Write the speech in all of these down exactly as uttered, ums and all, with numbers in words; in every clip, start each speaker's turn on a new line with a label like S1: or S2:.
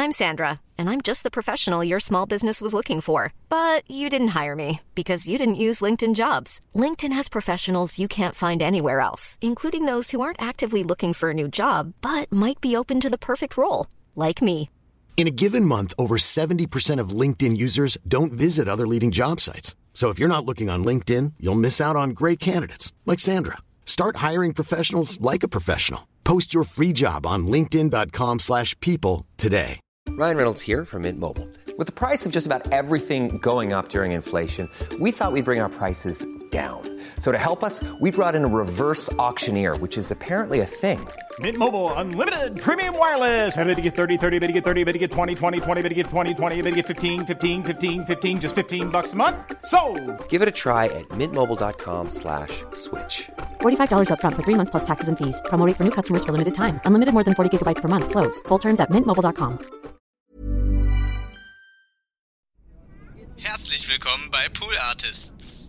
S1: I'm Sandra, and I'm just the professional your small business was looking for. But you didn't hire me because you didn't use LinkedIn Jobs. LinkedIn has professionals you can't find anywhere else, including those who aren't actively looking for a new job, but might be open to the perfect role, like me.
S2: In a given month, over seventy percent of LinkedIn users don't visit other leading job sites. So if you're not looking on LinkedIn, you'll miss out on great candidates like Sandra. Start hiring professionals like a professional. Post your free job on linkedin dot com slash people today.
S3: Ryan Reynolds here from Mint Mobile. With the price of just about everything going up during inflation, we thought we'd bring our prices down. So to help us, we brought in a reverse auctioneer, which is apparently a thing.
S4: Mint Mobile Unlimited Premium Wireless. How to get thirty, thirty, how to get thirty, how to get twenty, twenty, twenty, how to get twenty, twenty, how to get fifteen, fifteen, fifteen, fifteen, just fifteen bucks a month? Sold!
S3: Give it a try at mintmobile.com slash switch.
S5: forty-five dollars up front for three months plus taxes and fees. Promo rate for new customers for limited time. Unlimited more than forty gigabytes per month. Slows full terms at mint mobile dot com.
S6: Herzlich willkommen bei Pool Artists.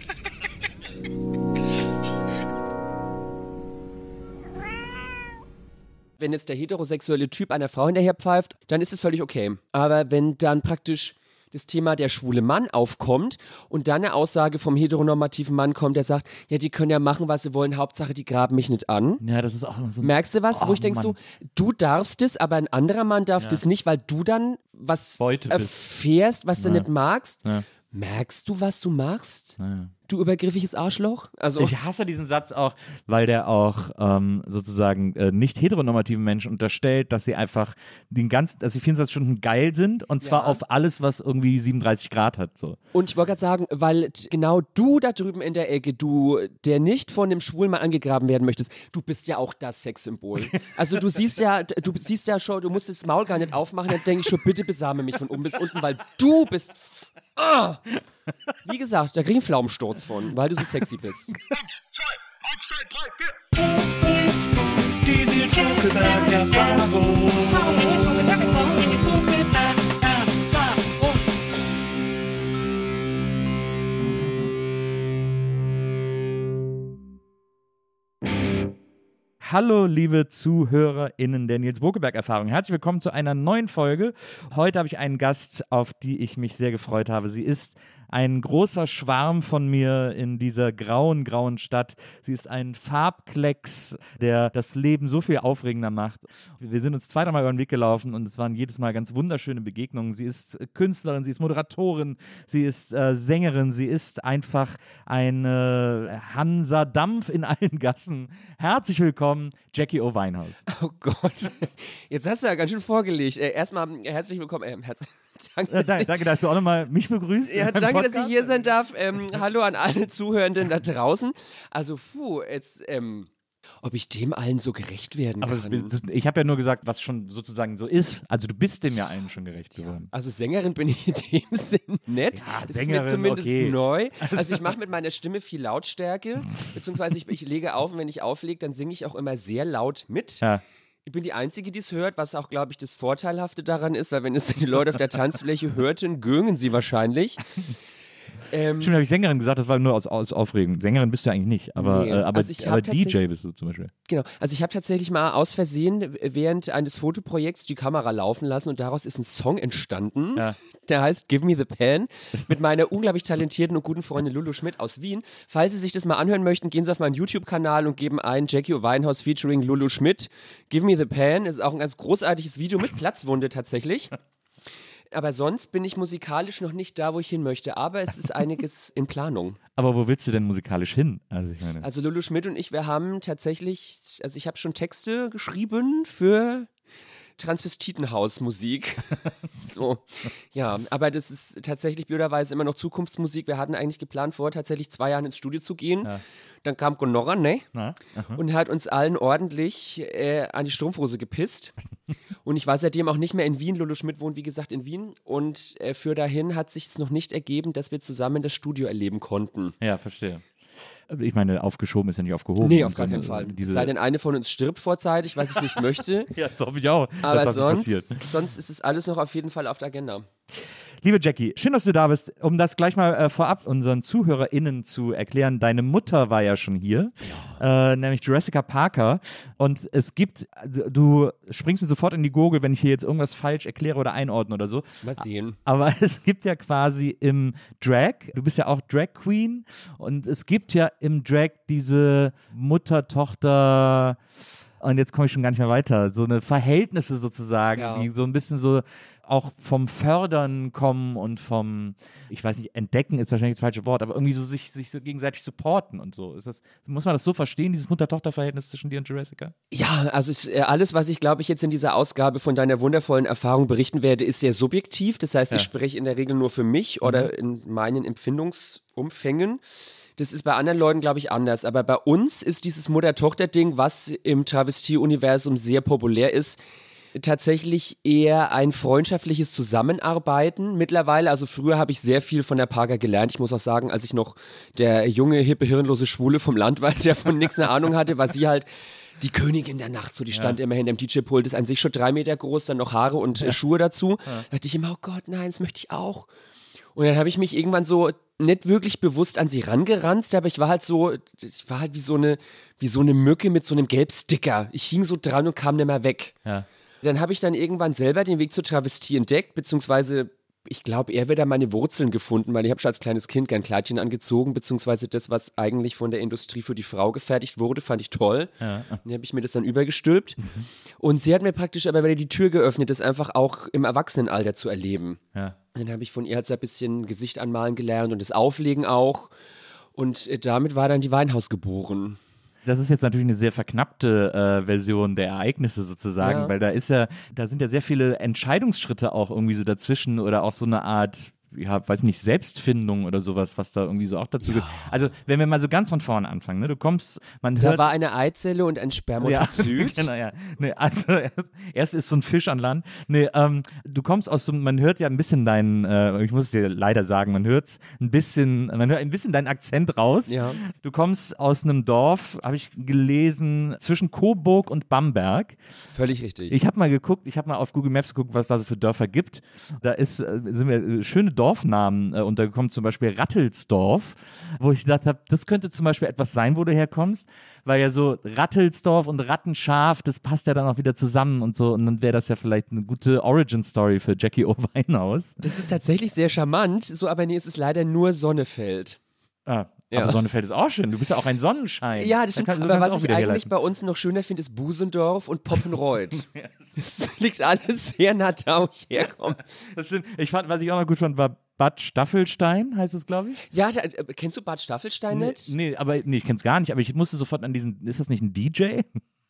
S7: Wenn jetzt der heterosexuelle Typ einer Frau hinterher pfeift, dann ist es völlig okay. Aber wenn dann praktisch das Thema der schwule Mann aufkommt und dann eine Aussage vom heteronormativen Mann kommt, der sagt, ja, die können ja machen, was sie wollen, Hauptsache, die graben mich nicht an.
S8: Ja, das ist auch so.
S7: Merkst du was,
S8: oh,
S7: wo ich denke so, du darfst es, aber ein anderer Mann darf
S8: ja.
S7: das nicht, weil du dann was
S8: Beute
S7: erfährst, was
S8: ja.
S7: du nicht magst.
S8: Ja.
S7: Merkst du, was du machst?
S8: Ja.
S7: Du übergriffiges Arschloch? Also
S8: ich hasse diesen Satz auch, weil der auch ähm, sozusagen äh, nicht heteronormativen Menschen unterstellt, dass sie einfach den ganzen, dass sie vierundzwanzig Stunden geil sind und zwar
S7: Ja.
S8: auf alles, was irgendwie siebenunddreißig Grad hat. So.
S7: Und ich wollte gerade sagen, weil t- genau du da drüben in der Ecke, du, der nicht von dem schwulen Mann angegraben werden möchtest, du bist ja auch das Sexsymbol. Also du siehst ja, du siehst ja schon, du musst das Maul gar nicht aufmachen, dann denke ich schon, bitte besame mich von oben bis unten, weil du bist... Ah! Wie gesagt, da krieg ich einen Pflaumensturz von, weil du so sexy bist.
S4: Eins, zwei, eins, zwei, drei, vier. Die Schokolade-Erfahrung.
S8: Hallo, liebe ZuhörerInnen der Nils Bokeberg-Erfahrung. Herzlich willkommen zu einer neuen Folge. Heute habe ich einen Gast, auf die ich mich sehr gefreut habe. Sie ist ein großer Schwarm von mir in dieser grauen, grauen Stadt. Sie ist ein Farbklecks, der das Leben so viel aufregender macht. Wir sind uns zwei, dreimal über den Weg gelaufen und es waren jedes Mal ganz wunderschöne Begegnungen. Sie ist Künstlerin, sie ist Moderatorin, sie ist äh, Sängerin, sie ist einfach ein äh, Hansa Dampf in allen Gassen. Herzlich willkommen, Jackie O. Winehouse.
S7: Oh Gott, jetzt hast du ja ganz schön vorgelegt. Äh, erstmal herzlich willkommen. Äh, herz- danke,
S8: Äh, danke, danke, dass du auch nochmal mich begrüßt.
S7: Ja,
S8: in meinem
S7: danke,
S8: Podcast.
S7: dass ich hier sein darf. Ähm, hallo an alle Zuhörenden da draußen. Also, puh, jetzt, ähm, ob ich dem allen so gerecht werden
S8: Aber
S7: kann.
S8: es, ich habe ja nur gesagt, was schon sozusagen so ist. Also du bist dem ja allen schon gerecht geworden.
S7: Also Sängerin bin ich in dem Sinn nett.
S8: Ja,
S7: das
S8: Sängerin,
S7: ist mir zumindest
S8: okay.
S7: neu. Also ich mache mit meiner Stimme viel Lautstärke, beziehungsweise ich, ich lege auf und wenn ich auflege, dann singe ich auch immer sehr laut mit.
S8: Ja.
S7: Ich bin die Einzige, die es hört, was auch, glaube ich, das Vorteilhafte daran ist, weil wenn es die Leute auf der Tanzfläche hörten, gögen sie wahrscheinlich. Ähm,
S8: Stimmt, habe ich Sängerin gesagt, das war nur aus, aus Aufregung. Sängerin bist du eigentlich nicht, aber,
S7: Nee,
S8: äh, aber,
S7: also ich
S8: aber
S7: hab
S8: D J
S7: tatsächlich-
S8: bist du zum Beispiel.
S7: Genau, also ich habe tatsächlich mal aus Versehen während eines Fotoprojekts die Kamera laufen lassen und daraus ist ein Song entstanden,
S8: Ja.
S7: der heißt Give Me the Pen, mit meiner unglaublich talentierten und guten Freundin Lulu Schmidt aus Wien. Falls Sie sich das mal anhören möchten, gehen Sie auf meinen YouTube-Kanal und geben ein Jackie O. Winehouse featuring Lulu Schmidt. Give Me the Pen ist auch ein ganz großartiges Video mit Platzwunde tatsächlich. Aber sonst bin ich musikalisch noch nicht da, wo ich hin möchte. Aber es ist einiges in Planung.
S8: Aber wo willst du denn musikalisch hin? Also ich meine.
S7: Also Lulu Schmidt und ich, wir haben tatsächlich, also ich habe schon Texte geschrieben für Transvestitenhausmusik. So, ja, aber das ist tatsächlich blöderweise immer noch Zukunftsmusik. Wir hatten eigentlich geplant, vor tatsächlich zwei Jahren ins Studio zu gehen.
S8: Ja.
S7: Dann kam Gonorra, ne?
S8: Na? Aha.
S7: Und hat uns allen ordentlich äh, an die Strumpfhose gepisst. Und ich war seitdem auch nicht mehr in Wien. Lulu Schmidt wohnt, wie gesagt, in Wien. Und äh, für dahin hat sich es noch nicht ergeben, dass wir zusammen das Studio erleben konnten.
S8: Ja, verstehe. Ich meine, aufgeschoben ist ja nicht aufgehoben.
S7: Nee, auf
S8: Und
S7: gar
S8: so,
S7: keinen
S8: äh,
S7: Fall.
S8: Diese,
S7: Es sei denn, eine von uns stirbt vorzeitig, was ich nicht möchte.
S8: ja, das hoffe ich auch,
S7: Aber
S8: dass das
S7: sonst,
S8: passiert.
S7: sonst ist es alles noch auf jeden Fall auf der Agenda.
S8: Liebe Jackie, schön, dass du da bist. Um das gleich mal äh, vorab unseren ZuhörerInnen zu erklären, deine Mutter war ja schon hier, ja. äh, nämlich Jurassica Parker. Und es gibt, du springst mir sofort in die Gurgel, wenn ich hier jetzt irgendwas falsch erkläre oder einordne oder so.
S7: Mal sehen.
S8: Aber es gibt ja quasi im Drag, du bist ja auch Drag Queen, und es gibt ja im Drag diese Mutter, Tochter, und jetzt komme ich schon gar nicht mehr weiter, so eine Verhältnisse sozusagen, ja. die so ein bisschen so auch vom Fördern kommen und vom, ich weiß nicht, entdecken ist wahrscheinlich das falsche Wort, aber irgendwie so sich, sich so gegenseitig supporten und so. Ist das, muss man das so verstehen, dieses Mutter-Tochter-Verhältnis zwischen dir und Jurassica?
S7: Ja, also es, äh, alles, was ich, glaube ich, jetzt in dieser Ausgabe von deiner wundervollen Erfahrung berichten werde, ist sehr subjektiv. Das heißt, ja. ich spreche in der Regel nur für mich mhm. oder in meinen Empfindungsumfängen. Das ist bei anderen Leuten, glaube ich, anders. Aber bei uns ist dieses Mutter-Tochter-Ding, was im Travestie-Universum sehr populär ist, tatsächlich eher ein freundschaftliches Zusammenarbeiten mittlerweile. Also früher habe ich sehr viel von der Parker gelernt. Ich muss auch sagen, als ich noch der junge, hippe, hirnlose Schwule vom Land war, der von nichts eine Ahnung hatte, war sie halt die Königin der Nacht. So, die stand ja. immer hinter dem D J-Pult, ist an sich schon drei Meter groß, dann noch Haare und ja. Schuhe dazu. Ja. Da dachte ich immer, oh Gott, nein, das möchte ich auch. Und dann habe ich mich irgendwann so nicht wirklich bewusst an sie rangeranzt, aber ich war halt so, ich war halt wie so eine, wie so eine Mücke mit so einem Gelbsticker. Ich hing so dran und kam nicht mehr weg. Ja. Dann habe ich dann irgendwann selber den Weg zur Travestie entdeckt, beziehungsweise ich glaube, er wird da meine Wurzeln gefunden, weil ich habe schon als kleines Kind gern Kleidchen angezogen, beziehungsweise das, was eigentlich von der Industrie für die Frau gefertigt wurde, fand ich toll. Ja. Dann habe ich mir das dann übergestülpt. Mhm. Und sie hat mir praktisch aber wieder die Tür geöffnet, das einfach auch im Erwachsenenalter zu erleben. Ja. Dann habe ich von ihr halt so ein bisschen Gesicht anmalen gelernt und das Auflegen auch. Und damit war dann die Weinhaus geboren.
S8: Das ist jetzt natürlich eine sehr verknappte äh, Version der Ereignisse sozusagen, ja. weil da ist ja, da sind ja sehr viele Entscheidungsschritte auch irgendwie so dazwischen oder auch so eine Art, ja, weiß nicht, Selbstfindung oder sowas, was da irgendwie so auch dazu gehört. Ja. Also, wenn wir mal so ganz von vorne anfangen, ne, du kommst, man hört...
S7: Da war eine Eizelle und ein Spermatozyt.
S8: Ja, genau, ja. Nee, also, erst, erst ist so ein Fisch an Land. Nee, ähm, du kommst aus so, man hört ja ein bisschen deinen, äh, ich muss es dir leider sagen, man hört ein bisschen, man hört ein bisschen deinen Akzent raus. Ja. Du kommst aus einem Dorf, habe ich gelesen, zwischen Coburg und Bamberg.
S7: Völlig richtig.
S8: Ich habe mal geguckt, ich habe mal auf Google Maps geguckt, was da so für Dörfer gibt. Da ist, äh, sind wir schöne Dörfer, Dorfnamen äh, untergekommen, zum Beispiel Rattelsdorf, wo ich gedacht habe, das könnte zum Beispiel etwas sein, wo du herkommst, weil ja so Rattelsdorf und Rattenschaf, das passt ja dann auch wieder zusammen und so, und dann wäre das ja vielleicht eine gute Origin-Story für Jackie O. Weinhaus.
S7: Das ist tatsächlich sehr charmant, so, aber nee, es ist leider nur Sonnefeld.
S8: Ah, ja. Aber Sonnefeld ist auch schön. Du bist ja auch ein Sonnenschein.
S7: Ja, das stimmt. Da kann, so aber was ich eigentlich herleiten. Bei uns noch schöner finde, ist Busendorf und Poppenreuth. Das liegt alles sehr nah da, wo ich herkomme.
S8: Das stimmt. Ich fand, was ich auch noch gut fand, war Bad Staffelstein, heißt es, glaube ich.
S7: Ja, da, äh, kennst du Bad Staffelstein
S8: nee,
S7: nicht?
S8: Nee, aber nee, ich kenn's gar nicht. Aber ich musste sofort an diesen, ist das nicht ein D J?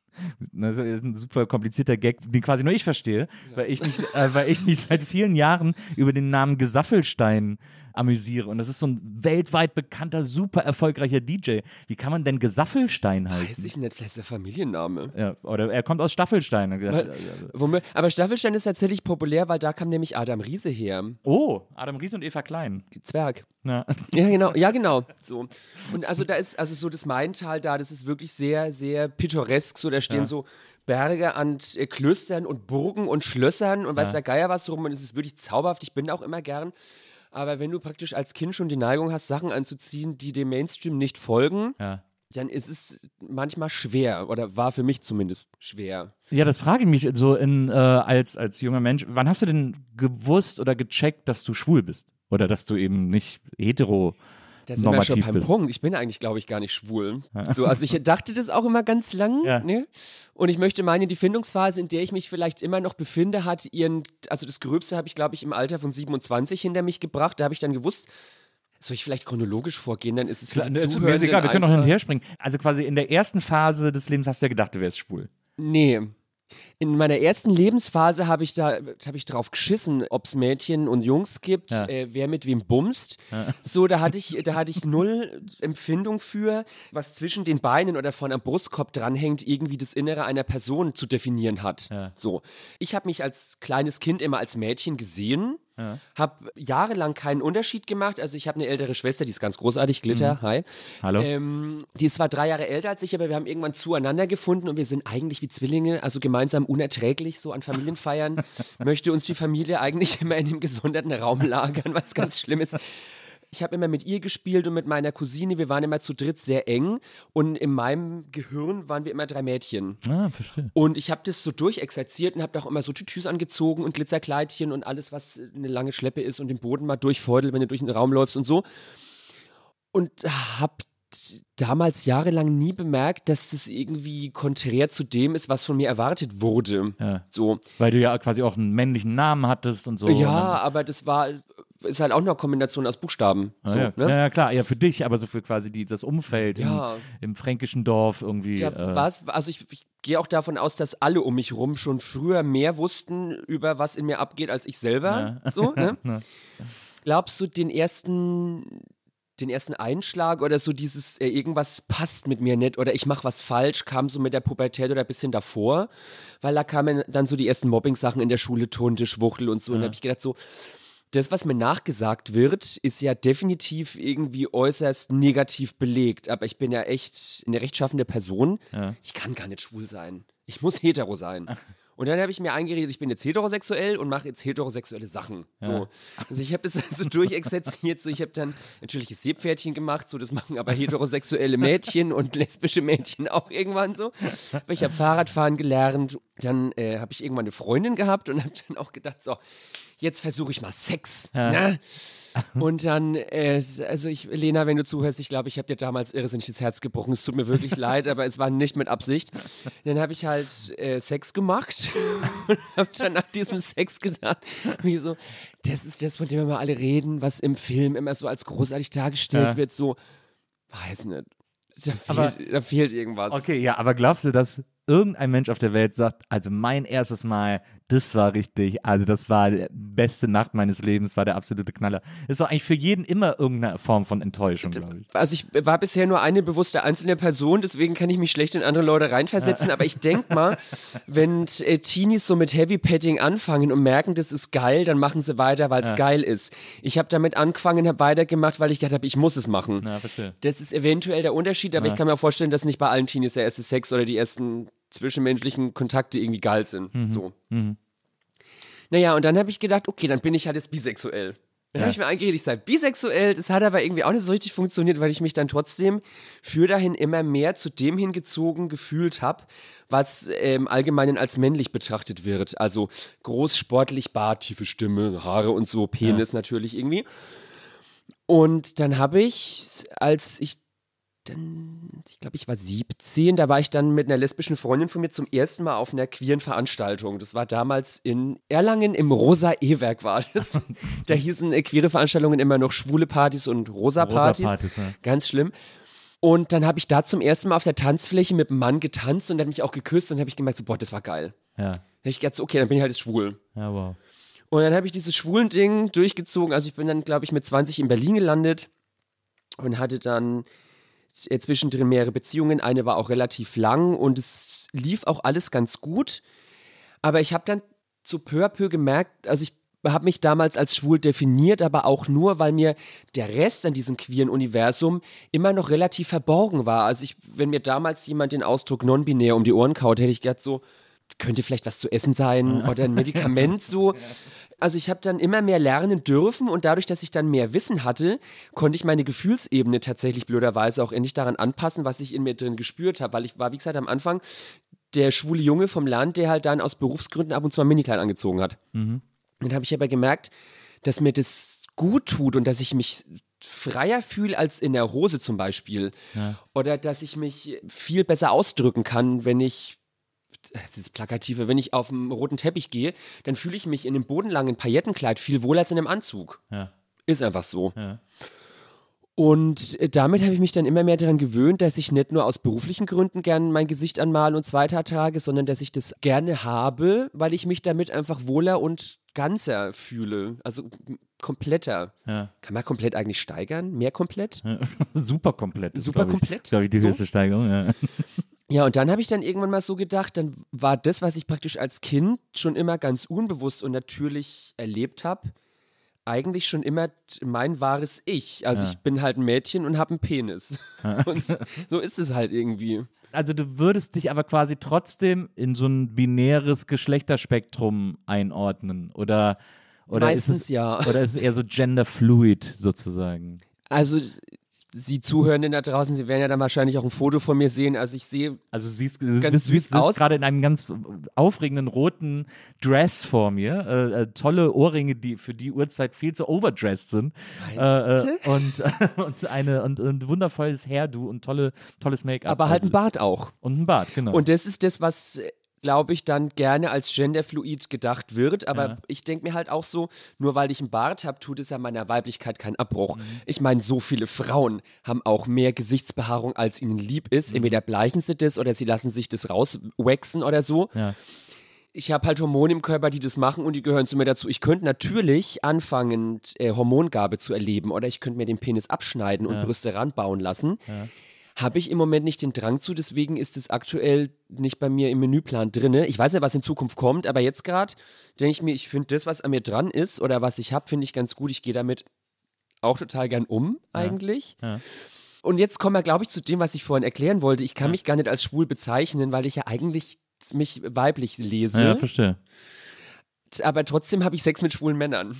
S8: Das ist ein super komplizierter Gag, den quasi nur ich verstehe, ja. weil, ich mich, äh, weil ich mich seit vielen Jahren über den Namen Gesaffelstein amüsiere. Und das ist so ein weltweit bekannter, super erfolgreicher D J. Wie kann man denn Gesaffelstein heißen?
S7: Weiß ich nicht, vielleicht ist der Familienname.
S8: Ja, oder er kommt aus Staffelstein.
S7: Weil, aber Staffelstein ist tatsächlich populär, weil da kam nämlich Adam Riese her.
S8: Oh, Adam Riese und Eva Klein.
S7: Zwerg.
S8: Ja,
S7: ja genau. Ja, genau. So. Und also da ist, also so das Maintal da, das ist wirklich sehr, sehr pittoresk. So, da stehen ja. so Berge an äh, Klöstern und Burgen und Schlössern und weiß ja. der Geier was rum. Und es ist wirklich zauberhaft. Ich bin da auch immer gern. Aber wenn du praktisch als Kind schon die Neigung hast, Sachen anzuziehen, die dem Mainstream nicht folgen, ja. dann ist es manchmal schwer oder war für mich zumindest schwer.
S8: Ja, das frage ich mich so in, äh, als, als junger Mensch. Wann hast du denn gewusst oder gecheckt, dass du schwul bist? Oder dass du eben nicht hetero
S7: Da sind wir schon beim bist. Punkt. Ich bin eigentlich, glaube ich, gar nicht schwul. Ja. So, also ich dachte das auch immer ganz lang. Ja. Ne? Und ich möchte meinen, die Findungsphase, in der ich mich vielleicht immer noch befinde, hat ihren, also das Gröbste habe ich, glaube ich, im Alter von siebenundzwanzig hinter mich gebracht. Da habe ich dann gewusst, soll ich vielleicht chronologisch vorgehen, dann ist es für die Zuhörenden
S8: mir ist egal, wir können noch hin und her springen. Also quasi in der ersten Phase des Lebens hast du ja gedacht, du wärst schwul.
S7: Nee. In meiner ersten Lebensphase habe ich da hab ich drauf geschissen, ob es Mädchen und Jungs gibt, ja. äh, wer mit wem bumst. Ja. So, da hatte ich, da hatte ich null Empfindung für, was zwischen den Beinen oder vorne am Brustkorb dranhängt, irgendwie das Innere einer Person zu definieren hat. Ja. So. Ich habe mich als kleines Kind immer als Mädchen gesehen. Ja. Hab jahrelang keinen Unterschied gemacht. Also ich habe eine ältere Schwester, die ist ganz großartig, Glitter, mhm. hi.
S8: Hallo.
S7: Ähm, die ist zwar drei Jahre älter als ich, aber wir haben irgendwann zueinander gefunden und wir sind eigentlich wie Zwillinge, also gemeinsam unerträglich so an Familienfeiern. Möchte uns die Familie eigentlich immer in einem gesonderten Raum lagern, was ganz schlimm ist. Ich habe immer mit ihr gespielt und mit meiner Cousine. Wir waren immer zu dritt sehr eng. Und in meinem Gehirn waren wir immer drei Mädchen.
S8: Ah, verstehe.
S7: Und ich habe das so durchexerziert und habe auch immer so Tütüs angezogen und Glitzerkleidchen und alles, was eine lange Schleppe ist und den Boden mal durchfeudelt, wenn du durch den Raum läufst und so. Und habe damals jahrelang nie bemerkt, dass das irgendwie konträr zu dem ist, was von mir erwartet wurde.
S8: Ja.
S7: So.
S8: Weil du ja quasi auch einen männlichen Namen hattest und so.
S7: Ja,
S8: und
S7: aber das war... ist halt auch eine Kombination aus Buchstaben.
S8: Ah,
S7: so,
S8: ja.
S7: Ne?
S8: Ja, ja, klar, ja, für dich, aber so für quasi die, das Umfeld
S7: ja.
S8: im, im fränkischen Dorf irgendwie.
S7: Ja,
S8: äh.
S7: was? Also ich, ich gehe auch davon aus, dass alle um mich rum schon früher mehr wussten über was in mir abgeht als ich selber. Ja. So, ne? Ja. Glaubst du, den ersten, den ersten Einschlag oder so dieses äh, irgendwas passt mit mir nicht oder ich mache was falsch, kam so mit der Pubertät oder ein bisschen davor? Weil da kamen dann so die ersten Mobbing-Sachen in der Schule, Tunte, Schwuchtel und so. Ja. Und da habe ich gedacht so, das, was mir nachgesagt wird, ist ja definitiv irgendwie äußerst negativ belegt. Aber ich bin ja echt eine rechtschaffende Person. Ja. Ich kann gar nicht schwul sein. Ich muss hetero sein. Und dann habe ich mir eingeredet, ich bin jetzt heterosexuell und mache jetzt heterosexuelle Sachen. Ja. So. Also ich habe das so durchexerziert. So, ich habe dann natürlich ein Seepferdchen gemacht, so das machen aber heterosexuelle Mädchen und lesbische Mädchen auch irgendwann so. Aber ich habe Fahrradfahren gelernt. Dann äh, habe ich irgendwann eine Freundin gehabt und habe dann auch gedacht, so, jetzt versuche ich mal Sex. Ja. Ne? Und dann, äh, also ich, Lena, wenn du zuhörst, ich glaube, ich habe dir damals irrsinnig das Herz gebrochen. Es tut mir wirklich leid, aber es war nicht mit Absicht. Dann habe ich halt äh, Sex gemacht und habe dann nach diesem Sex gedacht, wie so, das ist das, von dem wir mal alle reden, was im Film immer so als großartig dargestellt ja. wird, so, weiß nicht, da fehlt, aber, da fehlt irgendwas.
S8: Okay, ja, aber glaubst du, dass irgendein Mensch auf der Welt sagt, also mein erstes Mal, das war richtig, also das war die beste Nacht meines Lebens, war der absolute Knaller. Ist doch eigentlich für jeden immer irgendeine Form von Enttäuschung, glaube ich.
S7: Also ich war bisher nur eine bewusste einzelne Person, deswegen kann ich mich schlecht in andere Leute reinversetzen, ja. aber ich denke mal, wenn äh, Teenies so mit Heavy Petting anfangen und merken, das ist geil, dann machen sie weiter, weil es ja. geil ist. Ich habe damit angefangen, habe weitergemacht, weil ich gedacht habe, ich muss es machen.
S8: Ja, verstehe.
S7: Das ist eventuell der Unterschied, aber ja. ich kann mir auch vorstellen, dass nicht bei allen Teenies der erste Sex oder die ersten zwischenmenschlichen Kontakte irgendwie geil sind. Mhm. So. Mhm. Naja, und dann habe ich gedacht, okay, dann bin ich halt jetzt bisexuell. Dann ja. habe ich mir eingeredet, ich sei bisexuell. Das hat aber irgendwie auch nicht so richtig funktioniert, weil ich mich dann trotzdem für dahin immer mehr zu dem hingezogen gefühlt habe, was im Allgemeinen als männlich betrachtet wird. Also groß, sportlich, Bart, tiefe Stimme, Haare und so, Penis ja. natürlich irgendwie. Und dann habe ich, als ich Dann, ich glaube, ich war siebzehn, da war ich dann mit einer lesbischen Freundin von mir zum ersten Mal auf einer queeren Veranstaltung. Das war damals in Erlangen im Rosa-E-Werk war das. Da hießen äh, queere Veranstaltungen immer noch schwule Partys und Rosa-Partys.
S8: Rosa-Partys, ja.
S7: Ganz schlimm. Und dann habe ich da zum ersten Mal auf der Tanzfläche mit einem Mann getanzt und der hat mich auch geküsst und dann habe ich gemerkt, so, boah, das war geil.
S8: Ja.
S7: Da habe ich gedacht, so, okay, dann bin ich halt jetzt schwul.
S8: Ja, wow.
S7: Und dann habe ich dieses schwulen Ding durchgezogen. Also ich bin dann, glaube ich, mit zwanzig in Berlin gelandet und hatte dann zwischendrin mehrere Beziehungen. Eine war auch relativ lang und es lief auch alles ganz gut. Aber ich habe dann so peu à peu gemerkt, also ich habe mich damals als schwul definiert, aber auch nur, weil mir der Rest an diesem queeren Universum immer noch relativ verborgen war. Also ich, wenn mir damals jemand den Ausdruck non-binär um die Ohren kaut, hätte ich gedacht so, könnte vielleicht was zu essen sein oder ein Medikament so. Also ich habe dann immer mehr lernen dürfen und dadurch, dass ich dann mehr Wissen hatte, konnte ich meine Gefühlsebene tatsächlich blöderweise auch endlich daran anpassen, was ich in mir drin gespürt habe, weil ich war, wie gesagt, am Anfang der schwule Junge vom Land, der halt dann aus Berufsgründen ab und zu mal ein Minikleid angezogen hat. Mhm. Dann habe ich aber gemerkt, dass mir das gut tut und dass ich mich freier fühle als in der Hose zum Beispiel. Ja. Oder dass ich mich viel besser ausdrücken kann, wenn ich das ist plakative, wenn ich auf dem roten Teppich gehe, dann fühle ich mich in einem bodenlangen Paillettenkleid viel wohler als in einem Anzug.
S8: Ja.
S7: Ist einfach so.
S8: Ja.
S7: Und damit habe ich mich dann immer mehr daran gewöhnt, dass ich nicht nur aus beruflichen Gründen gerne mein Gesicht anmale und zweiter trage, sondern dass ich das gerne habe, weil ich mich damit einfach wohler und ganzer fühle. Also kompletter.
S8: Ja.
S7: Kann man komplett eigentlich steigern? Mehr komplett?
S8: Ja. Super komplett.
S7: Super komplett?
S8: Glaube ich, die höchste so? Steigerung, ja.
S7: Ja, und dann habe ich dann irgendwann mal so gedacht, dann war das, was ich praktisch als Kind schon immer ganz unbewusst und natürlich erlebt habe, eigentlich schon immer t- mein wahres Ich. Also
S8: Ja.
S7: ich bin halt ein Mädchen und habe einen Penis. Und so ist es halt irgendwie.
S8: Also du würdest dich aber quasi trotzdem in so ein binäres Geschlechterspektrum einordnen oder, oder
S7: Meistens
S8: ist es,
S7: ja.
S8: Oder ist es eher so genderfluid sozusagen?
S7: Also Sie Zuhörenden da draußen, Sie werden ja dann wahrscheinlich auch ein Foto von mir sehen. Also ich sehe
S8: Also du siehst,
S7: Ganz
S8: bist,
S7: süß
S8: bist, bist
S7: aus.
S8: gerade in einem ganz aufregenden roten Dress vor mir. Äh, äh, tolle Ohrringe, die für die Uhrzeit viel zu overdressed sind. Äh, äh, und, und, eine, und, und wundervolles Hairdo und tolle, tolles Make-up.
S7: aber halt
S8: Also-
S7: ein Bart auch.
S8: Und ein Bart, genau.
S7: Und das ist das, was, glaube ich, dann gerne als genderfluid gedacht wird. Aber
S8: Ja.
S7: ich denke mir halt auch so, nur weil ich einen Bart habe, tut es ja meiner Weiblichkeit keinen Abbruch.
S8: Mhm.
S7: Ich meine, so viele Frauen haben auch mehr Gesichtsbehaarung, als ihnen lieb ist.
S8: Mhm.
S7: Entweder bleichen sie das oder sie lassen sich das rauswaxen oder so.
S8: ja.
S7: Ich habe halt Hormone im Körper, die das machen und die gehören zu mir dazu. Ich könnte natürlich anfangen, äh, Hormongabe zu erleben oder ich könnte mir den Penis abschneiden und Brüste ranbauen lassen. Habe ich im Moment nicht den Drang zu, deswegen ist es aktuell nicht bei mir im Menüplan drinne. Ich weiß ja, was in Zukunft kommt, aber jetzt gerade denke ich mir, ich finde das, was an mir dran ist oder was ich habe, finde ich ganz gut. Ich gehe damit auch total gern um, eigentlich.
S8: Ja.
S7: Und jetzt kommen wir, glaube ich, zu dem, was ich vorhin erklären wollte. Ich kann mich gar nicht als schwul bezeichnen, weil ich ja eigentlich mich weiblich lese.
S8: ja, verstehe.
S7: Aber trotzdem habe ich Sex mit schwulen Männern.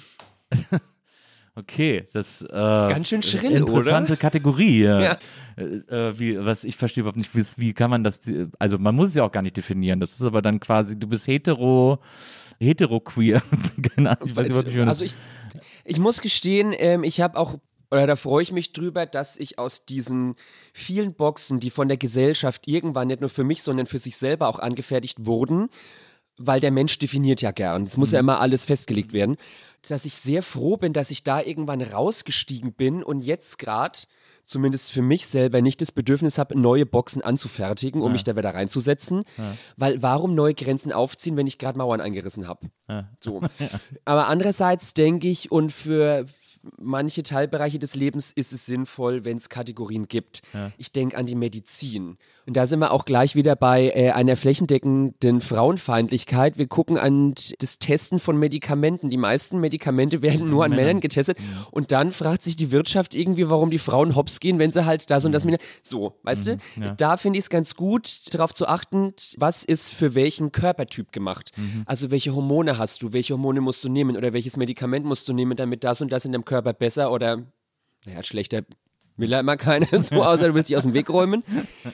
S8: Okay, das äh,
S7: Ganz schön schrill,
S8: interessante
S7: oder?
S8: Kategorie. Ja.
S7: Ja.
S8: Äh, äh, wie, was ich verstehe überhaupt nicht, wie, wie kann man das, also man muss es ja auch gar nicht definieren. Das ist aber dann quasi, du bist hetero, hetero-queer. Keine Ahnung, ich weiß überhaupt nicht, wie man das-
S7: Also ich, ich muss gestehen, ähm, ich habe auch, oder da freue ich mich drüber, dass ich aus diesen vielen Boxen, die von der Gesellschaft irgendwann nicht nur für mich, sondern für sich selber auch angefertigt wurden, weil der Mensch definiert ja gern. Es muss ja immer alles festgelegt werden, dass ich sehr froh bin, dass ich da irgendwann rausgestiegen bin und jetzt gerade, zumindest für mich selber, nicht das Bedürfnis habe, neue Boxen anzufertigen, um mich da wieder reinzusetzen. Weil warum neue Grenzen aufziehen, wenn ich gerade Mauern eingerissen habe?
S8: Ja.
S7: So. Aber andererseits denke ich, und für manche Teilbereiche des Lebens ist es sinnvoll, wenn es Kategorien gibt. Ich denke an die Medizin. Und da sind wir auch gleich wieder bei äh, einer flächendeckenden Frauenfeindlichkeit. Wir gucken an das Testen von Medikamenten. Die meisten Medikamente werden nur an
S8: Männern.
S7: Männern getestet. Und dann fragt sich die Wirtschaft irgendwie, warum die Frauen hops gehen, wenn sie halt das und das mit. So, weißt du?
S8: ja.
S7: Da finde ich es ganz gut, darauf zu achten, was ist für welchen Körpertyp gemacht. Also welche Hormone hast du, welche Hormone musst du nehmen oder welches Medikament musst du nehmen, damit das und das in deinem Körper besser oder, naja, schlechter will ja immer keiner so, außer du willst dich aus dem Weg räumen.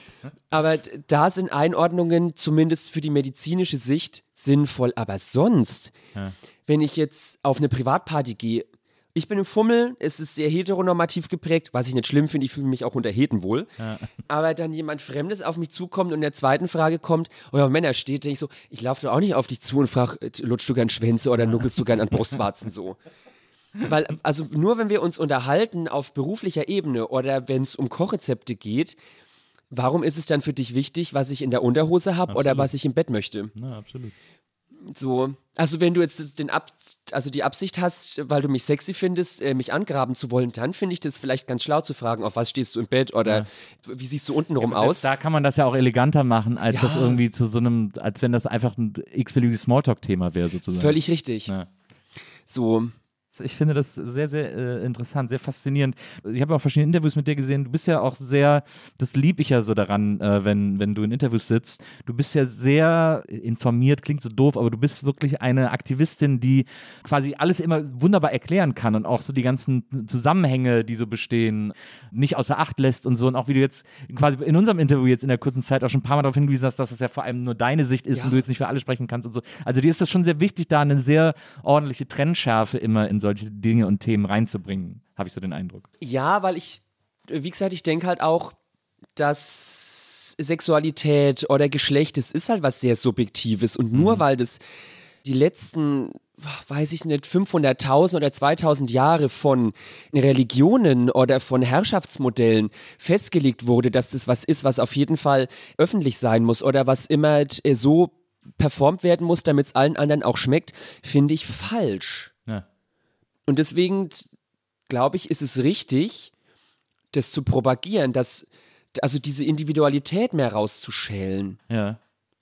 S7: Aber d- da sind Einordnungen zumindest für die medizinische Sicht sinnvoll. Aber sonst, wenn ich jetzt auf eine Privatparty gehe, ich bin im Fummel, es ist sehr heteronormativ geprägt, was ich nicht schlimm finde, ich fühle mich auch unter Heten wohl. Aber dann jemand Fremdes auf mich zukommt und in der zweiten Frage kommt, oh ja, Männer steht, denke ich so, ich laufe doch auch nicht auf dich zu und frage, lutschst du gern Schwänze oder nuckelst du gern an Brustwarzen so. Weil, also nur wenn wir uns unterhalten auf beruflicher Ebene oder wenn es um Kochrezepte geht, warum ist es dann für dich wichtig, was ich in der Unterhose habe oder was ich im Bett möchte?
S8: Ja, absolut.
S7: So, also wenn du jetzt den Ab also die Absicht hast, weil du mich sexy findest, äh, mich angraben zu wollen, dann finde ich das vielleicht ganz schlau zu fragen, auf was stehst du im Bett oder wie siehst du untenrum
S8: Aber
S7: aus?
S8: selbst Da kann man das ja auch eleganter machen, als
S7: Ja.
S8: das irgendwie zu so einem, als wenn das einfach ein x-beliebiges Smalltalk-Thema wäre sozusagen.
S7: Völlig richtig.
S8: Ja.
S7: So,
S8: Ich finde das sehr, sehr äh, interessant, sehr faszinierend. Ich habe auch verschiedene Interviews mit dir gesehen. Du bist ja auch sehr, das liebe ich ja so daran, äh, wenn, wenn du in Interviews sitzt. Du bist ja sehr informiert, klingt so doof, aber du bist wirklich eine Aktivistin, die quasi alles immer wunderbar erklären kann und auch so die ganzen Zusammenhänge, die so bestehen, nicht außer Acht lässt und so. Und auch wie du jetzt quasi in unserem Interview jetzt in der kurzen Zeit auch schon ein paar Mal darauf hingewiesen hast, dass es ja vor allem nur deine Sicht ist
S7: Ja.
S8: und du jetzt nicht für alle sprechen kannst und so. Also dir ist das schon sehr wichtig, da eine sehr ordentliche Trennschärfe immer in solche Dinge und Themen reinzubringen, habe ich so den Eindruck.
S7: ja, weil ich, wie gesagt, ich denke halt auch, dass Sexualität oder Geschlecht, das ist halt was sehr Subjektives und nur weil das die letzten, weiß ich nicht, fünfhunderttausend oder zweitausend Jahre von Religionen oder von Herrschaftsmodellen festgelegt wurde, dass das was ist, was auf jeden Fall öffentlich sein muss oder was immer äh, so performt werden muss, damit es allen anderen auch schmeckt, finde ich falsch.
S8: Ja.
S7: Und deswegen glaube ich, ist es richtig, das zu propagieren, dass also diese Individualität mehr rauszuschälen.
S8: Ja.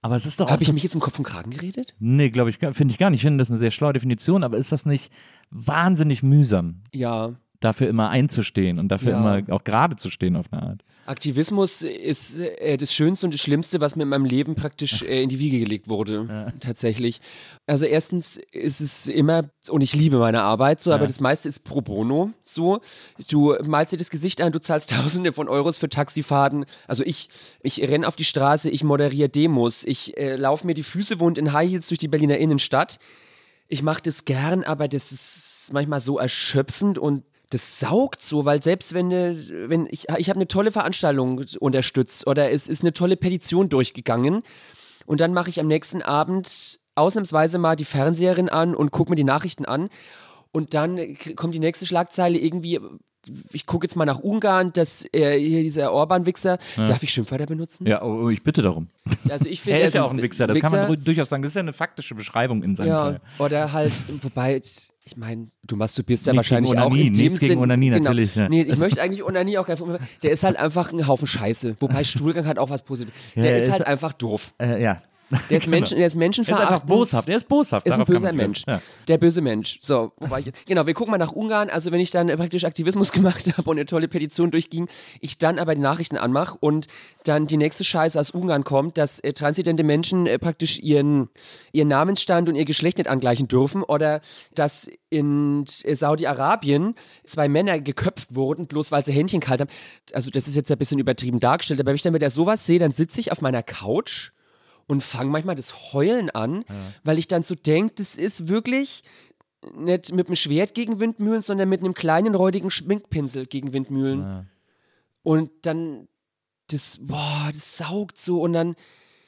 S8: Aber es ist doch auch.
S7: Habe ich mich jetzt im Kopf und Kragen geredet?
S8: Nee, glaube ich, finde ich gar nicht. Ich finde das eine sehr schlaue Definition, aber ist das nicht wahnsinnig mühsam?
S7: Ja.
S8: Dafür immer einzustehen und dafür
S7: Ja.
S8: immer auch gerade zu stehen auf eine Art.
S7: Aktivismus ist äh, das Schönste und das Schlimmste, was mir in meinem Leben praktisch äh, in die Wiege gelegt wurde,
S8: Ja.
S7: tatsächlich. Also erstens ist es immer, und ich liebe meine Arbeit so,
S8: Ja.
S7: aber das meiste ist pro bono so. Du malst dir das Gesicht ein, du zahlst Tausende von Euros für Taxifahrten. Also ich, ich renne auf die Straße, ich moderiere Demos, ich äh, laufe mir die Füße wund in High Heels durch die Berliner Innenstadt. Ich mache das gern, aber das ist manchmal so erschöpfend und das saugt so, weil selbst wenn, ne, wenn ich, ich habe eine tolle Veranstaltung unterstützt oder es ist eine tolle Petition durchgegangen und dann mache ich am nächsten Abend ausnahmsweise mal die Fernseherin an und gucke mir die Nachrichten an und dann kommt die nächste Schlagzeile irgendwie, ich gucke jetzt mal nach Ungarn, dass äh, hier dieser Orban-Wichser,
S8: Ja.
S7: darf ich Schimpfwörter benutzen?
S8: Ja, oh, ich bitte darum.
S7: Also ich finde,
S8: Er ist ja
S7: also
S8: auch ein Wichser, das kann man ru- durchaus sagen. Das ist ja eine faktische Beschreibung in seinem
S7: Ja,
S8: Fall.
S7: oder halt, wobei, ich meine, du masturbierst ja
S8: Nichts
S7: wahrscheinlich
S8: gegen
S7: auch
S8: Onanie,
S7: in dem
S8: nichts gegen
S7: Sinn.
S8: Onanie,
S7: genau.
S8: natürlich, ja.
S7: Nee, ich möchte eigentlich Onanie auch gar nicht. Der ist halt einfach ein Haufen Scheiße. Wobei Stuhlgang hat auch was Positives.
S8: Ja,
S7: Der
S8: er
S7: ist
S8: ist-
S7: halt einfach doof.
S8: Äh, ja.
S7: Der ist, Menschen, der ist
S8: Er ist
S7: menschenverachtend.
S8: einfach boshaft. Er ist boshaft.
S7: Ist ein
S8: Darauf kann
S7: böser
S8: man's
S7: Mensch.
S8: sagen.
S7: Der böse Mensch. So, wobei ich jetzt, genau, wir gucken mal nach Ungarn. Also wenn ich dann praktisch Aktivismus gemacht habe und eine tolle Petition durchging, ich dann aber die Nachrichten anmache und dann die nächste Scheiße aus Ungarn kommt, dass äh, transidente Menschen äh, praktisch ihren, ihren Namensstand und ihr Geschlecht nicht angleichen dürfen oder dass in äh, Saudi-Arabien zwei Männer geköpft wurden, bloß weil sie Händchen kalt haben. Also das ist jetzt ein bisschen übertrieben dargestellt, aber wenn ich dann wieder sowas sehe, dann sitze ich auf meiner Couch und fange manchmal das Heulen an, ja. weil ich dann so denke, das ist wirklich nicht mit einem Schwert gegen Windmühlen, sondern mit einem kleinen, räudigen Schminkpinsel gegen Windmühlen.
S8: Ja.
S7: Und dann, das, boah, das saugt so und dann,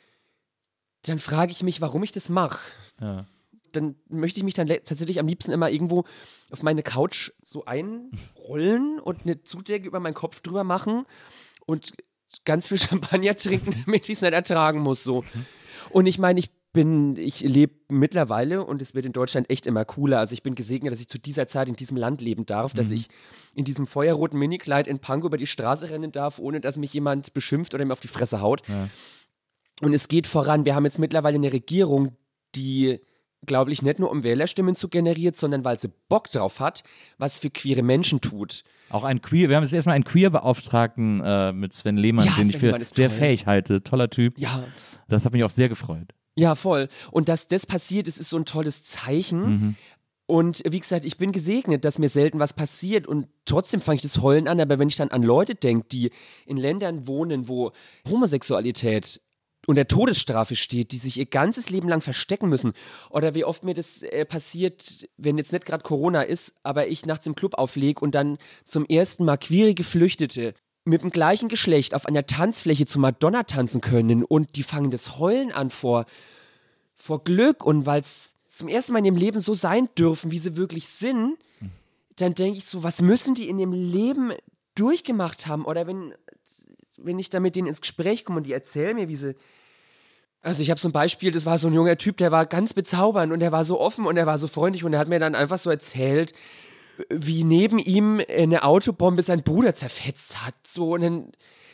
S7: dann frage ich mich, warum ich das mache.
S8: Ja.
S7: Dann möchte ich mich dann le- tatsächlich am liebsten immer irgendwo auf meine Couch so einrollen und eine Zudecke über meinen Kopf drüber machen und ganz viel Champagner trinken, damit ich es nicht ertragen muss. So. Und ich meine, ich bin, ich lebe mittlerweile und es wird in Deutschland echt immer cooler. Also ich bin gesegnet, dass ich zu dieser Zeit in diesem Land leben darf, dass
S8: Mhm.
S7: ich in diesem feuerroten Minikleid in Pankow über die Straße rennen darf, ohne dass mich jemand beschimpft oder mir auf die Fresse haut.
S8: Ja.
S7: Und es geht voran. Wir haben jetzt mittlerweile eine Regierung, die, glaube ich, nicht nur um Wählerstimmen zu generieren, sondern weil sie Bock drauf hat, was für queere Menschen tut.
S8: Auch ein Queer, wir haben jetzt erstmal einen Queer-Beauftragten äh, mit Sven Lehmann,
S7: Ja,
S8: den
S7: Sven
S8: ich für
S7: Lehmann ist
S8: sehr
S7: toll.
S8: fähig halte. Toller Typ.
S7: Ja.
S8: Das hat mich auch sehr gefreut.
S7: Ja, voll. Und dass das passiert, das ist so ein tolles Zeichen.
S8: Mhm.
S7: Und wie gesagt, ich bin gesegnet, dass mir selten was passiert und trotzdem fange ich das Heulen an. Aber wenn ich dann an Leute denke, die in Ländern wohnen, wo Homosexualität unter Todesstrafe steht, die sich ihr ganzes Leben lang verstecken müssen. Oder wie oft mir das äh, passiert, wenn jetzt nicht gerade Corona ist, aber ich nachts im Club auflege und dann zum ersten Mal queere Geflüchtete mit dem gleichen Geschlecht auf einer Tanzfläche zu Madonna tanzen können und die fangen das Heulen an vor, vor Glück und weil es zum ersten Mal in ihrem Leben so sein dürfen, wie sie wirklich sind, dann denke ich so, was müssen die in ihrem Leben durchgemacht haben? Oder wenn, wenn ich da mit denen ins Gespräch komme und die erzählen mir, wie sie. Also ich habe so ein Beispiel, das war so ein junger Typ, der war ganz bezaubernd und der war so offen und er war so freundlich und er hat mir dann einfach so erzählt, wie neben ihm eine Autobombe seinen Bruder zerfetzt hat. So, und dann,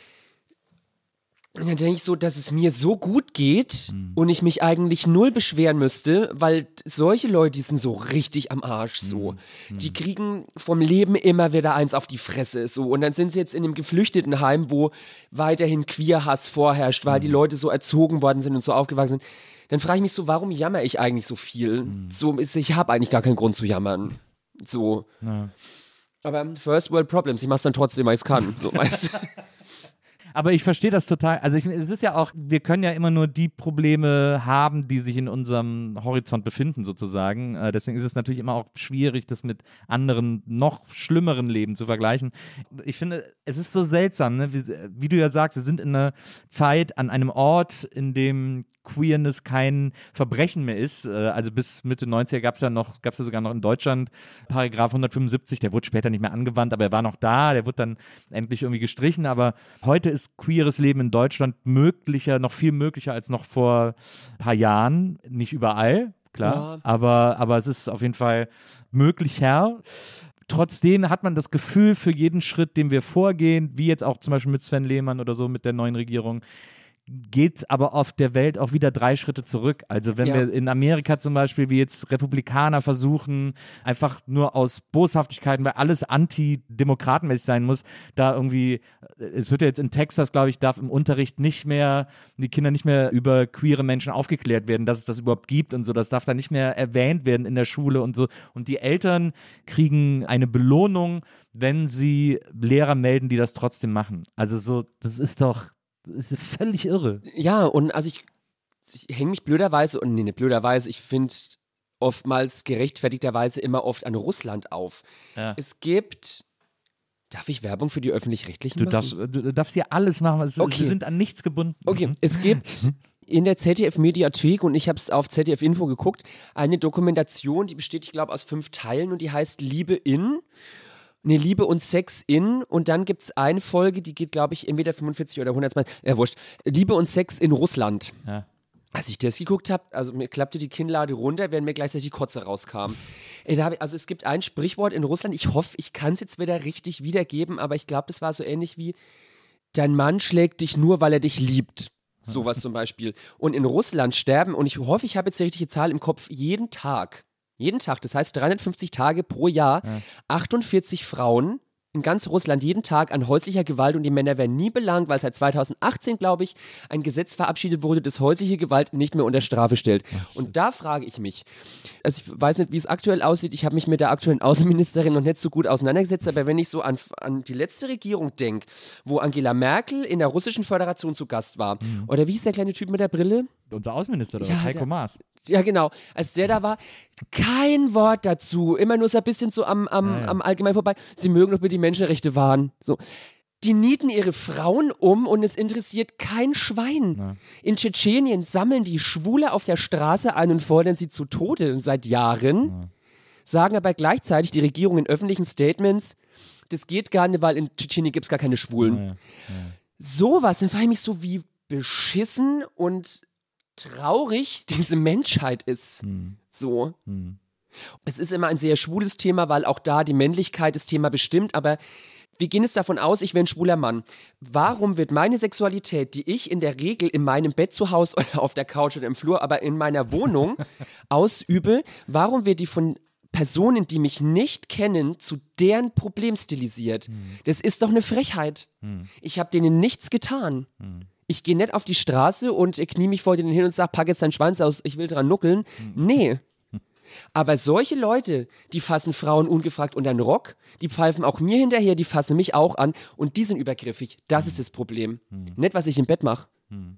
S7: und dann denke ich so, dass es mir so gut geht mhm. und ich mich eigentlich null beschweren müsste, weil solche Leute, die sind so richtig am Arsch so. Mhm. Die kriegen vom Leben immer wieder eins auf die Fresse so. Und dann sind sie jetzt in einem Geflüchtetenheim, wo weiterhin Queerhass vorherrscht, weil mhm. die Leute so erzogen worden sind und so aufgewachsen sind. Dann frage ich mich so, warum jammer ich eigentlich so viel? Mhm. So ist, ich habe eigentlich gar keinen Grund zu jammern. So.
S8: Ja.
S7: Aber First World Problems, ich mach's dann trotzdem, weil ich's kann. So, weißt du?
S8: Aber ich verstehe das total. Also ich, es ist ja auch, wir können ja immer nur die Probleme haben, die sich in unserem Horizont befinden sozusagen. Äh, deswegen ist es natürlich immer auch schwierig, das mit anderen, noch schlimmeren Leben zu vergleichen. Ich finde, es ist so seltsam, ne? wie, wie du ja sagst, wir sind in einer Zeit, an einem Ort, in dem Queerness kein Verbrechen mehr ist. Also bis Mitte neunziger gab es ja noch, gab es ja sogar noch in Deutschland Paragraph hundertfünfundsiebzig, der wurde später nicht mehr angewandt, aber er war noch da, der wurde dann endlich irgendwie gestrichen, aber heute ist queeres Leben in Deutschland möglicher, noch viel möglicher als noch vor ein paar Jahren, nicht überall, klar, ja. aber, aber es ist auf jeden Fall möglicher. Trotzdem hat man das Gefühl, für jeden Schritt, den wir vorgehen, wie jetzt auch zum Beispiel mit Sven Lehmann oder so, mit der neuen Regierung, geht aber auf der Welt auch wieder drei Schritte zurück. Also wenn
S7: Ja.
S8: wir in Amerika zum Beispiel, wie jetzt Republikaner versuchen, einfach nur aus Boshaftigkeiten, weil alles antidemokratenmäßig sein muss, da irgendwie, es wird ja jetzt in Texas, glaube ich, darf im Unterricht nicht mehr, die Kinder nicht mehr über queere Menschen aufgeklärt werden, dass es das überhaupt gibt und so, das darf da nicht mehr erwähnt werden in der Schule und so. Und die Eltern kriegen eine Belohnung, wenn sie Lehrer melden, die das trotzdem machen. Also so, das ist doch, das ist völlig irre.
S7: Ja, und also ich, ich hänge mich blöderweise, und nee, nicht blöderweise, ich finde oftmals gerechtfertigterweise immer oft an Russland auf.
S8: Ja.
S7: Es gibt, darf ich Werbung für die Öffentlich-Rechtlichen
S8: Du
S7: machen?
S8: darfst, du darfst hier alles machen, also
S7: Okay.
S8: wir sind an nichts gebunden.
S7: Okay, es gibt in der Z D F-Mediathek, und ich habe es auf Z D F-Info geguckt, eine Dokumentation, die besteht, ich glaube, aus fünf Teilen und die heißt Liebe in, ne, Liebe und Sex in, und dann gibt es eine Folge, die geht, glaube ich, entweder fünfundvierzig oder hundert, äh, wurscht, Liebe und Sex in Russland.
S8: Ja.
S7: Als ich das geguckt habe, also mir klappte die Kinnlade runter, während mir gleichzeitig die Kotze rauskam. Ey, da hab ich, also es gibt ein Sprichwort in Russland, ich hoffe, ich kann es jetzt wieder richtig wiedergeben, aber ich glaube, das war so ähnlich wie, dein Mann schlägt dich nur, weil er dich liebt. Sowas zum Beispiel. Und in Russland sterben, und ich hoffe, ich habe jetzt die richtige Zahl im Kopf, jeden Tag, jeden Tag, das heißt dreihundertfünfzig Tage pro Jahr,
S8: Ja.
S7: achtundvierzig Frauen in ganz Russland jeden Tag an häuslicher Gewalt, und die Männer werden nie belangt, weil seit zweitausendachtzehn, glaube ich, ein Gesetz verabschiedet wurde, das häusliche Gewalt nicht mehr unter Strafe stellt. Und da frage ich mich, also ich weiß nicht, wie es aktuell aussieht, ich habe mich mit der aktuellen Außenministerin noch nicht so gut auseinandergesetzt, aber wenn ich so an, an die letzte Regierung denke, wo Angela Merkel in der Russischen Föderation zu Gast war, oder wie hieß der kleine Typ mit der Brille?
S8: Unser Außenminister, oder
S7: Ja,
S8: was? Heiko
S7: der-
S8: Maas.
S7: Ja, genau. Als der da war, kein Wort dazu. Immer nur so ein bisschen so am, am,
S8: Ja, ja.
S7: am Allgemein vorbei. Sie mögen doch bitte die Menschenrechte wahren. So. Die nieten ihre Frauen um und es interessiert kein Schwein.
S8: Ja.
S7: In Tschetschenien sammeln die Schwule auf der Straße ein und fordern sie zu Tode seit Jahren.
S8: Ja.
S7: Sagen aber gleichzeitig die Regierung in öffentlichen Statements, das geht gar nicht, weil in Tschetschenien gibt es gar keine Schwulen.
S8: Ja, ja.
S7: Sowas, dann frage ich mich so, wie beschissen und traurig diese Menschheit ist.
S8: Hm.
S7: So.
S8: Hm.
S7: Es ist immer ein sehr schwules Thema, weil auch da die Männlichkeit das Thema bestimmt, aber wir gehen jetzt davon aus, ich wäre ein schwuler Mann. Warum wird meine Sexualität, die ich in der Regel in meinem Bett zu Hause oder auf der Couch oder im Flur, aber in meiner Wohnung ausübe, warum wird die von Personen, die mich nicht kennen, zu deren Problem stilisiert? Das ist doch eine Frechheit. Ich habe denen nichts getan. Ich gehe nicht auf die Straße und knie mich vor denen hin und sage, pack jetzt deinen Schwanz aus, ich will dran nuckeln. Nee. Aber solche Leute, die fassen Frauen ungefragt unter den Rock, die pfeifen auch mir hinterher, die fassen mich auch an, und die sind übergriffig. Das ist das Problem. Nicht, was ich im Bett mache.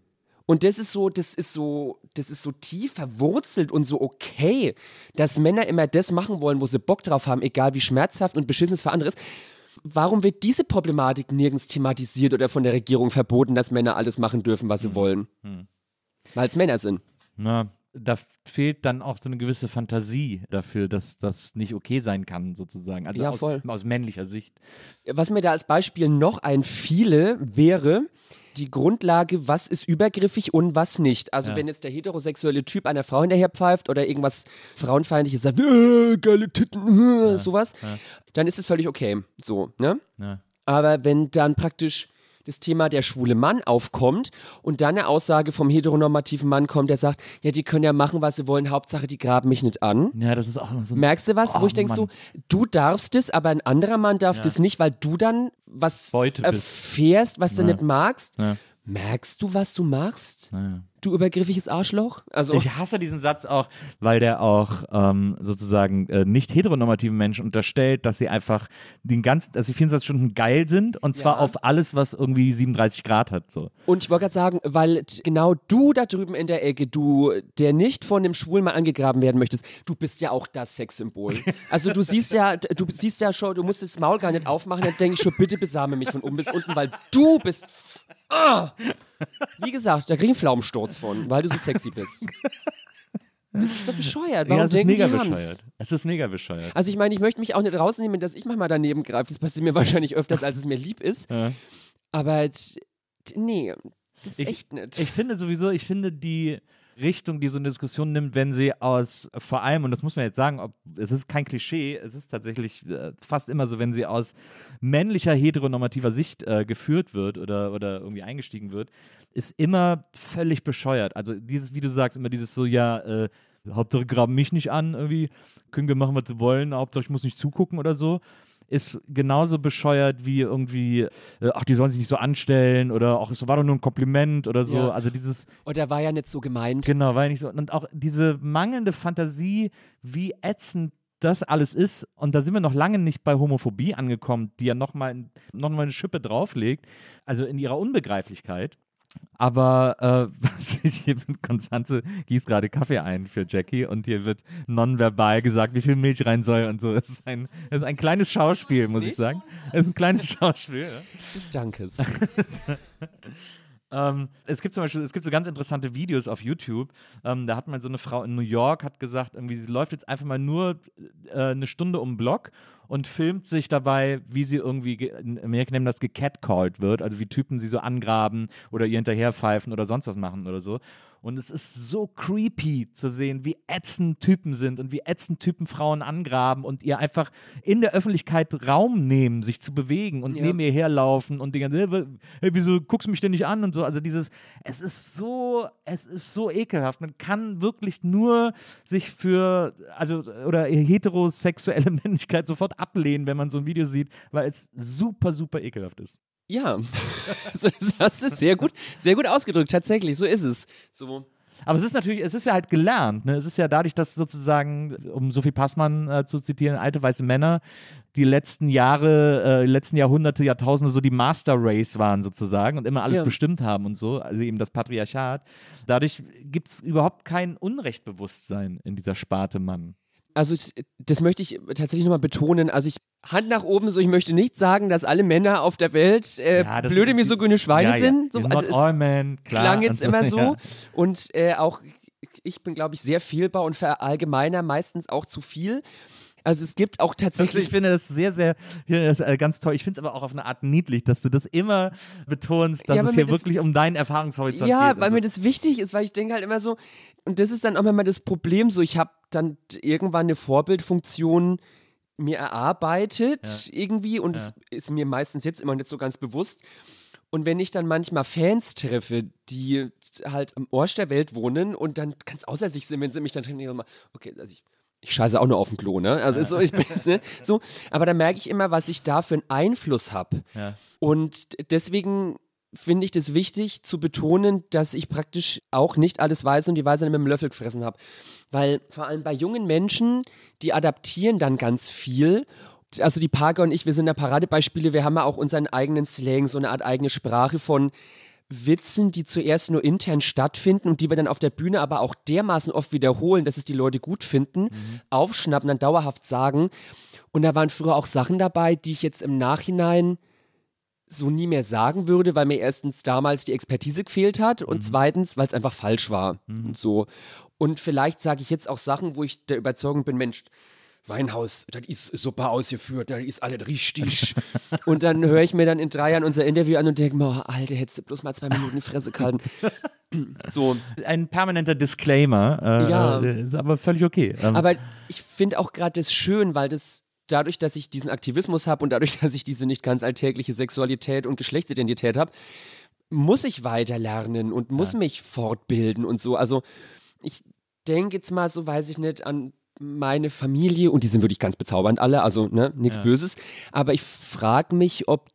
S7: Und das ist so, das ist so, das ist so tief verwurzelt und so okay, dass Männer immer das machen wollen, wo sie Bock drauf haben, egal wie schmerzhaft und beschissen es für andere ist. Warum wird diese Problematik nirgends thematisiert oder von der Regierung verboten, dass Männer alles machen dürfen, was sie wollen? Weil es Männer sind.
S8: Na, da fehlt dann auch so eine gewisse Fantasie dafür, dass das nicht okay sein kann, sozusagen. Also
S7: Ja,
S8: aus,
S7: voll.
S8: aus männlicher Sicht.
S7: Was mir da als Beispiel noch einfiele, wäre die Grundlage, was ist übergriffig und was nicht. Also
S8: Ja.
S7: wenn jetzt der heterosexuelle Typ einer Frau hinterher pfeift oder irgendwas Frauenfeindliches sagt, äh, geile Titten, äh, sowas,
S8: ja.
S7: dann ist es völlig okay. So, ne?
S8: Ja.
S7: Aber wenn dann praktisch das Thema der schwule Mann aufkommt und dann eine Aussage vom heteronormativen Mann kommt, der sagt, ja, die können ja machen, was sie wollen, Hauptsache, die graben mich nicht an.
S8: Ja, das ist auch so ein
S7: Merkst du was,
S8: Oh,
S7: wo ich denke so,
S8: Mann.
S7: du darfst es, aber ein anderer Mann darf
S8: Ja.
S7: das nicht, weil du dann was
S8: Beute bist.
S7: erfährst, was du
S8: Ja.
S7: nicht magst.
S8: Ja.
S7: Merkst du, was du machst?
S8: Ja.
S7: Du übergriffiges Arschloch? Also,
S8: Ich hasse diesen Satz auch, weil der auch ähm, sozusagen äh, nicht heteronormativen Menschen unterstellt, dass sie einfach den ganzen, dass sie vierundzwanzig Stunden geil sind, und zwar
S7: Ja.
S8: auf alles, was irgendwie siebenunddreißig Grad hat. So.
S7: und ich wollte gerade sagen, weil t- genau du da drüben in der Ecke, du, der nicht von dem schwulen Mann angegraben werden möchtest, du bist ja auch das Sexsymbol. Also du siehst ja, du siehst ja schon, du musst das Maul gar nicht aufmachen, dann denke ich schon, bitte besame mich von oben bis unten, weil du bist. Ah! Wie gesagt, da krieg ich einen Pflaumensturz von, weil du so sexy bist. Das ist doch bescheuert. Warum
S8: Ja, es ist
S7: denken
S8: mega
S7: die Hans?
S8: bescheuert. Es ist mega bescheuert.
S7: Also ich meine, ich möchte mich auch nicht rausnehmen, dass ich manchmal daneben greife. Das passiert mir wahrscheinlich öfters, als es mir lieb ist.
S8: Ja.
S7: Aber t- t- nee, das ist
S8: Ich-
S7: echt nicht.
S8: Ich finde sowieso, ich finde die, Richtung, die so eine Diskussion nimmt, wenn sie aus, vor allem, und das muss man jetzt sagen, ob, es ist kein Klischee, es ist tatsächlich äh, fast immer so, wenn sie aus männlicher, heteronormativer Sicht äh, geführt wird oder, oder irgendwie eingestiegen wird, ist immer völlig bescheuert. Also dieses, wie du sagst, immer dieses so, ja, äh, Hauptsache graben mich nicht an, irgendwie, können wir machen, was sie wollen, Hauptsache ich muss nicht zugucken oder so, ist genauso bescheuert wie irgendwie, äh, ach, die sollen sich nicht so anstellen oder ach, es war doch nur ein Kompliment oder so.
S7: Ja.
S8: Also dieses.
S7: Oder war ja nicht so gemeint.
S8: Genau, war ja nicht so. Und auch diese mangelnde Fantasie, wie ätzend das alles ist. Und da sind wir noch lange nicht bei Homophobie angekommen, die ja nochmal noch mal eine Schippe drauflegt. Also in ihrer Unbegreiflichkeit. Aber äh, was ich hier mit Konstanze gießt gerade Kaffee ein für Jackie und hier wird nonverbal gesagt, wie viel Milch rein soll und so. Es ist ein, es ist ein kleines Schauspiel, muss Nicht? ich sagen. Es ist ein kleines Schauspiel. Ja.
S7: Des Dankes.
S8: Ähm, es gibt zum Beispiel, es gibt so ganz interessante Videos auf YouTube. Ähm, da hat mal so eine Frau in New York hat gesagt, irgendwie, sie läuft jetzt einfach mal nur äh, eine Stunde um den Block und filmt sich dabei, wie sie irgendwie, in Amerika nennen das gecatcalled wird, also wie Typen sie so angraben oder ihr hinterherpfeifen oder sonst was machen oder so. Und es ist so creepy zu sehen, wie ätzend Typen sind und wie ätzend Typen Frauen angraben und ihr einfach in der Öffentlichkeit Raum nehmen, sich zu bewegen und ja. neben ihr herlaufen und die ganze, hey, wieso guckst du mich denn nicht an und so. Also dieses, es ist so, es ist so ekelhaft. Man kann wirklich nur sich für, also, oder heterosexuelle Männlichkeit sofort ablehnen, wenn man so ein Video sieht, weil es super, super ekelhaft ist.
S7: Ja, also das hast du sehr gut, sehr gut ausgedrückt, tatsächlich, so ist es. So.
S8: Aber es ist natürlich, es ist ja halt gelernt, ne? Es ist ja dadurch, dass sozusagen, um Sophie Passmann äh, zu zitieren, alte weiße Männer die letzten Jahre, äh, letzten Jahrhunderte, Jahrtausende so die Master Race waren sozusagen und immer alles ja. bestimmt haben und so, also eben das Patriarchat. Dadurch gibt es überhaupt kein Unrechtbewusstsein in dieser Sparte Mann.
S7: Also das möchte ich tatsächlich nochmal betonen, also ich Hand nach oben, so ich möchte nicht sagen, dass alle Männer auf der Welt äh,
S8: ja,
S7: blöde, misogyne Schweine
S8: ja, ja.
S7: sind. So,
S8: also all men, klar.
S7: Klang jetzt
S8: so,
S7: immer so.
S8: Ja.
S7: Und äh, auch ich bin, glaube ich, sehr fehlbar und verallgemeiner meistens auch zu viel. Also es gibt auch tatsächlich...
S8: Also ich finde das sehr, sehr, ich finde das äh, ganz toll. Ich finde es aber auch auf eine Art niedlich, dass du das immer betonst, dass ja, es hier wirklich das, um deinen Erfahrungshorizont
S7: ja,
S8: geht.
S7: Ja, weil
S8: so.
S7: mir das wichtig ist, weil ich denke halt immer so, und das ist dann auch immer das Problem so, ich habe dann irgendwann eine Vorbildfunktion mir erarbeitet ja. irgendwie und es ja. ist mir meistens jetzt immer nicht so ganz bewusst. Und wenn ich dann manchmal Fans treffe, die halt am Arsch der Welt wohnen und dann ganz außer sich sind, wenn sie mich dann treffen, ich so, okay, also ich Ich scheiße auch nur auf dem Klo, ne? Also ist so, ich bin jetzt, ne? so, aber da merke ich immer, was ich da für einen Einfluss habe.
S8: Ja.
S7: Und deswegen finde ich das wichtig zu betonen, dass ich praktisch auch nicht alles weiß und die Weisheit mit dem Löffel gefressen habe. Weil vor allem bei jungen Menschen, die adaptieren dann ganz viel. Also die Parker und ich, wir sind da Paradebeispiele, wir haben ja auch unseren eigenen Slang, so eine Art eigene Sprache von Witzen, die zuerst nur intern stattfinden und die wir dann auf der Bühne aber auch dermaßen oft wiederholen, dass es die Leute gut finden, mhm. aufschnappen, dann dauerhaft sagen. Und da waren früher auch Sachen dabei, die ich jetzt im Nachhinein so nie mehr sagen würde, weil mir erstens damals die Expertise gefehlt hat und mhm. zweitens, weil es einfach falsch war mhm. und so. Und vielleicht sage ich jetzt auch Sachen, wo ich der Überzeugung bin, Mensch, Weinhaus, das ist super ausgeführt, das ist alles richtig. Und dann höre ich mir dann in drei Jahren unser Interview an und denke mir, oh, Alter, hättest du bloß mal zwei Minuten die Fresse gehalten. So.
S8: Ein permanenter Disclaimer, äh,
S7: ja.
S8: ist aber völlig okay. Ähm.
S7: Aber ich finde auch gerade das schön, weil das dadurch, dass ich diesen Aktivismus habe und dadurch, dass ich diese nicht ganz alltägliche Sexualität und Geschlechtsidentität habe, muss ich weiter lernen und muss ja. mich fortbilden und so. Also ich denke jetzt mal so, weiß ich nicht, an meine Familie, und die sind wirklich ganz bezaubernd alle, also ne, nichts ja. Böses, aber ich frage mich, ob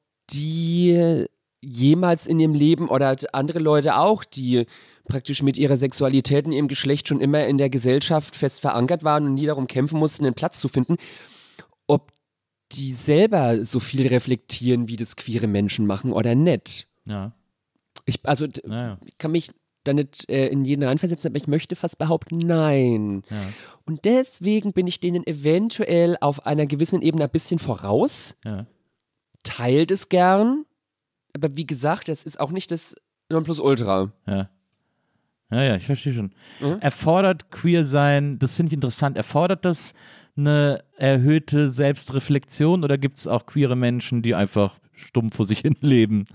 S7: die jemals in ihrem Leben oder andere Leute auch, die praktisch mit ihrer Sexualität und ihrem Geschlecht schon immer in der Gesellschaft fest verankert waren und nie darum kämpfen mussten, einen Platz zu finden, ob die selber so viel reflektieren, wie das queere Menschen machen oder nicht.
S8: Ja.
S7: Ich, also
S8: ja, ja.
S7: ich kann mich da nicht äh, in jeden reinversetzen, aber ich möchte fast behaupten, nein.
S8: Ja.
S7: Und deswegen bin ich denen eventuell auf einer gewissen Ebene ein bisschen voraus,
S8: ja.
S7: teilt es gern, aber wie gesagt, das ist auch nicht das Nonplusultra.
S8: Ja. Ja, ja, ich verstehe schon.
S7: Mhm.
S8: Erfordert queer sein, das finde ich interessant, erfordert das eine erhöhte Selbstreflexion oder gibt es auch queere Menschen, die einfach stumpf vor sich hin leben?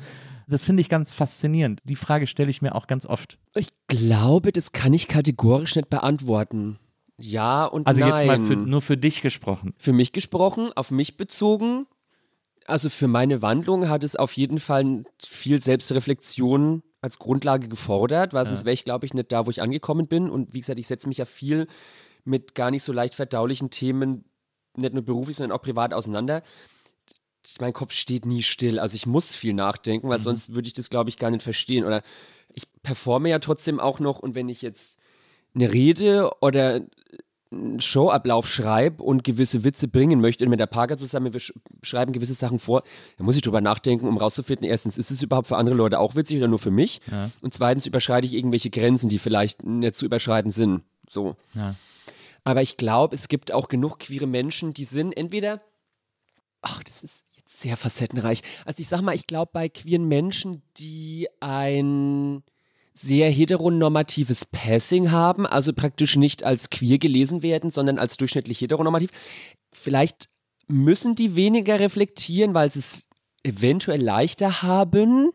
S8: Das finde ich ganz faszinierend. Die Frage stelle ich mir auch ganz oft.
S7: Ich glaube, das kann ich kategorisch nicht beantworten. Ja und
S8: also
S7: nein.
S8: Also jetzt mal für, nur für dich gesprochen.
S7: Für mich gesprochen, auf mich bezogen. Also für meine Wandlung hat es auf jeden Fall viel Selbstreflexion als Grundlage gefordert, weil sonst wäre ich, glaube ich, nicht da, wo ich angekommen bin. Und wie gesagt, ich setze mich ja viel mit gar nicht so leicht verdaulichen Themen, nicht nur beruflich, sondern auch privat auseinander. Mein Kopf steht nie still. Also ich muss viel nachdenken, weil mhm. sonst würde ich das, glaube ich, gar nicht verstehen. Oder ich performe ja trotzdem auch noch und wenn ich jetzt eine Rede oder einen Showablauf schreibe und gewisse Witze bringen möchte und mit der Parker zusammen, wir sch- schreiben gewisse Sachen vor, dann muss ich drüber nachdenken, um rauszufinden, erstens, ist es überhaupt für andere Leute auch witzig oder nur für mich?
S8: Ja.
S7: Und zweitens überschreite ich irgendwelche Grenzen, die vielleicht nicht zu überschreiten sind. So.
S8: Ja.
S7: Aber ich glaube, es gibt auch genug queere Menschen, die sind entweder, ach, das ist jetzt sehr facettenreich. Also ich sag mal, ich glaube bei queeren Menschen, die ein sehr heteronormatives Passing haben, also praktisch nicht als queer gelesen werden, sondern als durchschnittlich heteronormativ. Vielleicht müssen die weniger reflektieren, weil sie es eventuell leichter haben,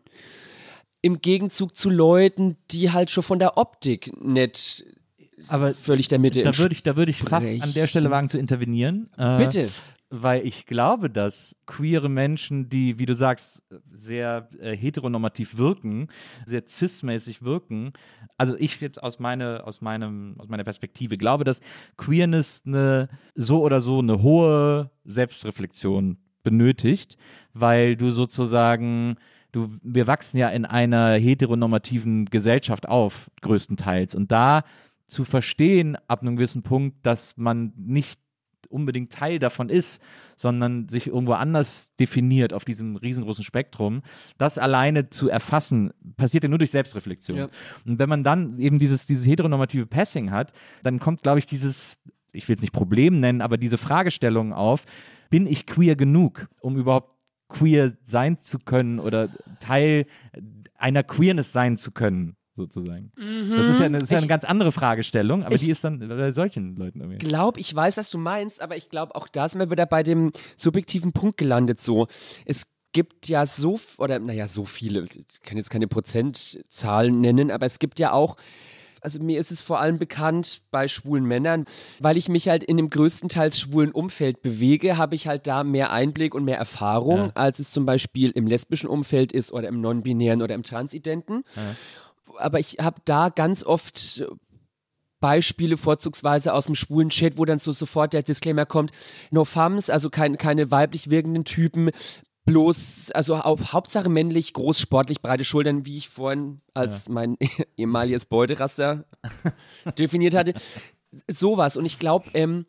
S7: im Gegenzug zu Leuten, die halt schon von der Optik nicht
S8: Aber
S7: völlig der Mitte
S8: da würde ich, da würde ich fast
S7: entsprechen.
S8: an der Stelle wagen zu intervenieren. Äh,
S7: Bitte.
S8: Weil ich glaube, dass queere Menschen, die, wie du sagst, sehr äh, heteronormativ wirken, sehr cis-mäßig wirken, also ich jetzt aus, meine, aus, meinem, aus meiner Perspektive glaube, dass Queerness eine, so oder so eine hohe Selbstreflexion benötigt, weil du sozusagen, du, wir wachsen ja in einer heteronormativen Gesellschaft auf, größtenteils. Und da zu verstehen, ab einem gewissen Punkt, dass man nicht unbedingt Teil davon ist, sondern sich irgendwo anders definiert auf diesem riesengroßen Spektrum, das alleine zu erfassen, passiert ja nur durch Selbstreflexion.
S7: Ja.
S8: Und wenn man dann eben dieses, dieses heteronormative Passing hat, dann kommt, glaube ich, dieses, ich will es nicht Problem nennen, aber diese Fragestellung auf, bin ich queer genug, um überhaupt queer sein zu können oder Teil einer Queerness sein zu können? Sozusagen. Mhm. Das ist ja, eine, das ist ja eine ich, ganz andere Fragestellung, aber die ist dann bei solchen Leuten irgendwie.
S7: Ich glaube, ich weiß, was du meinst, aber ich glaube, auch da sind wir wieder bei dem subjektiven Punkt gelandet so. Es gibt ja so, oder naja, so viele, ich kann jetzt keine Prozentzahlen nennen, aber es gibt ja auch, also mir ist es vor allem bekannt bei schwulen Männern, weil ich mich halt in dem größtenteils schwulen Umfeld bewege, habe ich halt da mehr Einblick und mehr Erfahrung, ja. als es zum Beispiel im lesbischen Umfeld ist oder im non-binären oder im transidenten. Ja. Aber ich habe da ganz oft Beispiele vorzugsweise aus dem schwulen Chat, wo dann so sofort der Disclaimer kommt, no femmes, also kein, keine weiblich wirkenden Typen, bloß, also auf, Hauptsache männlich, groß, sportlich, breite Schultern, wie ich vorhin als ja. mein ehemaliges Beuteraster definiert hatte. Sowas. Und ich glaube, ähm,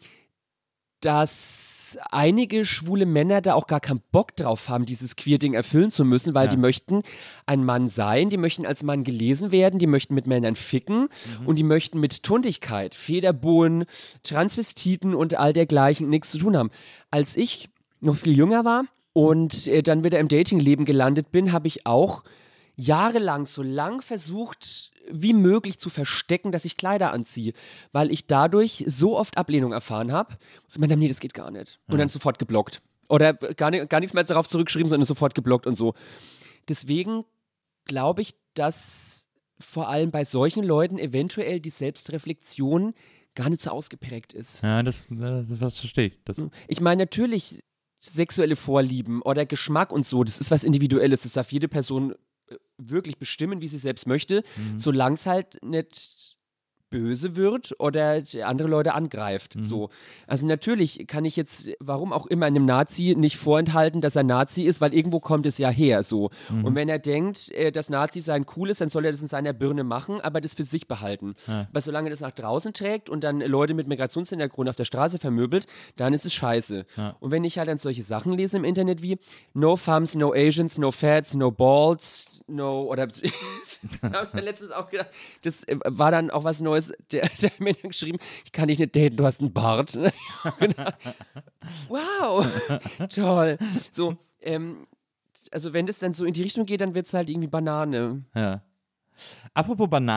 S7: dass einige schwule Männer da auch gar keinen Bock drauf haben, dieses Queer-Ding erfüllen zu müssen, weil ja. die möchten ein Mann sein, die möchten als Mann gelesen werden, die möchten mit Männern ficken mhm. und die möchten mit Tundigkeit, Federbohnen, Transvestiten und all dergleichen nichts zu tun haben. Als ich noch viel jünger war und äh, dann wieder im Datingleben gelandet bin, habe ich auch jahrelang so lang versucht, wie möglich zu verstecken, dass ich Kleider anziehe, weil ich dadurch so oft Ablehnung erfahren habe. Und man, nee, das geht gar nicht. Und ja. dann sofort geblockt. Oder gar, nicht, gar nichts mehr darauf zurückgeschrieben, sondern sofort geblockt und so. Deswegen glaube ich, dass vor allem bei solchen Leuten eventuell die Selbstreflexion gar nicht so ausgeprägt ist.
S8: Ja, das, das, das verstehe ich. Das.
S7: Ich meine, natürlich sexuelle Vorlieben oder Geschmack und so, das ist was Individuelles, das darf jede Person wirklich bestimmen, wie sie selbst möchte, mhm. solange es halt nicht böse wird oder andere Leute angreift. Mhm. So. Also natürlich kann ich jetzt, warum auch immer, einem Nazi nicht vorenthalten, dass er Nazi ist, weil irgendwo kommt es ja her. So. Mhm. Und wenn er denkt, dass Nazi sein cool ist, dann soll er das in seiner Birne machen, aber das für sich behalten. Ja. Aber solange er das nach draußen trägt und dann Leute mit Migrationshintergrund auf der Straße vermöbelt, dann ist es scheiße. Ja. Und wenn ich halt dann solche Sachen lese im Internet wie No Femmes, No Asians, No Fats, No Balls, No, oder da habe ich mir letztens auch gedacht, das war dann auch was Neues, der, der hat mir dann geschrieben, ich kann dich nicht daten, du hast einen Bart. Wow, toll. So, ähm, also wenn das dann so in die Richtung geht, dann wird es halt irgendwie Banane.
S8: Ja. Apropos Banane,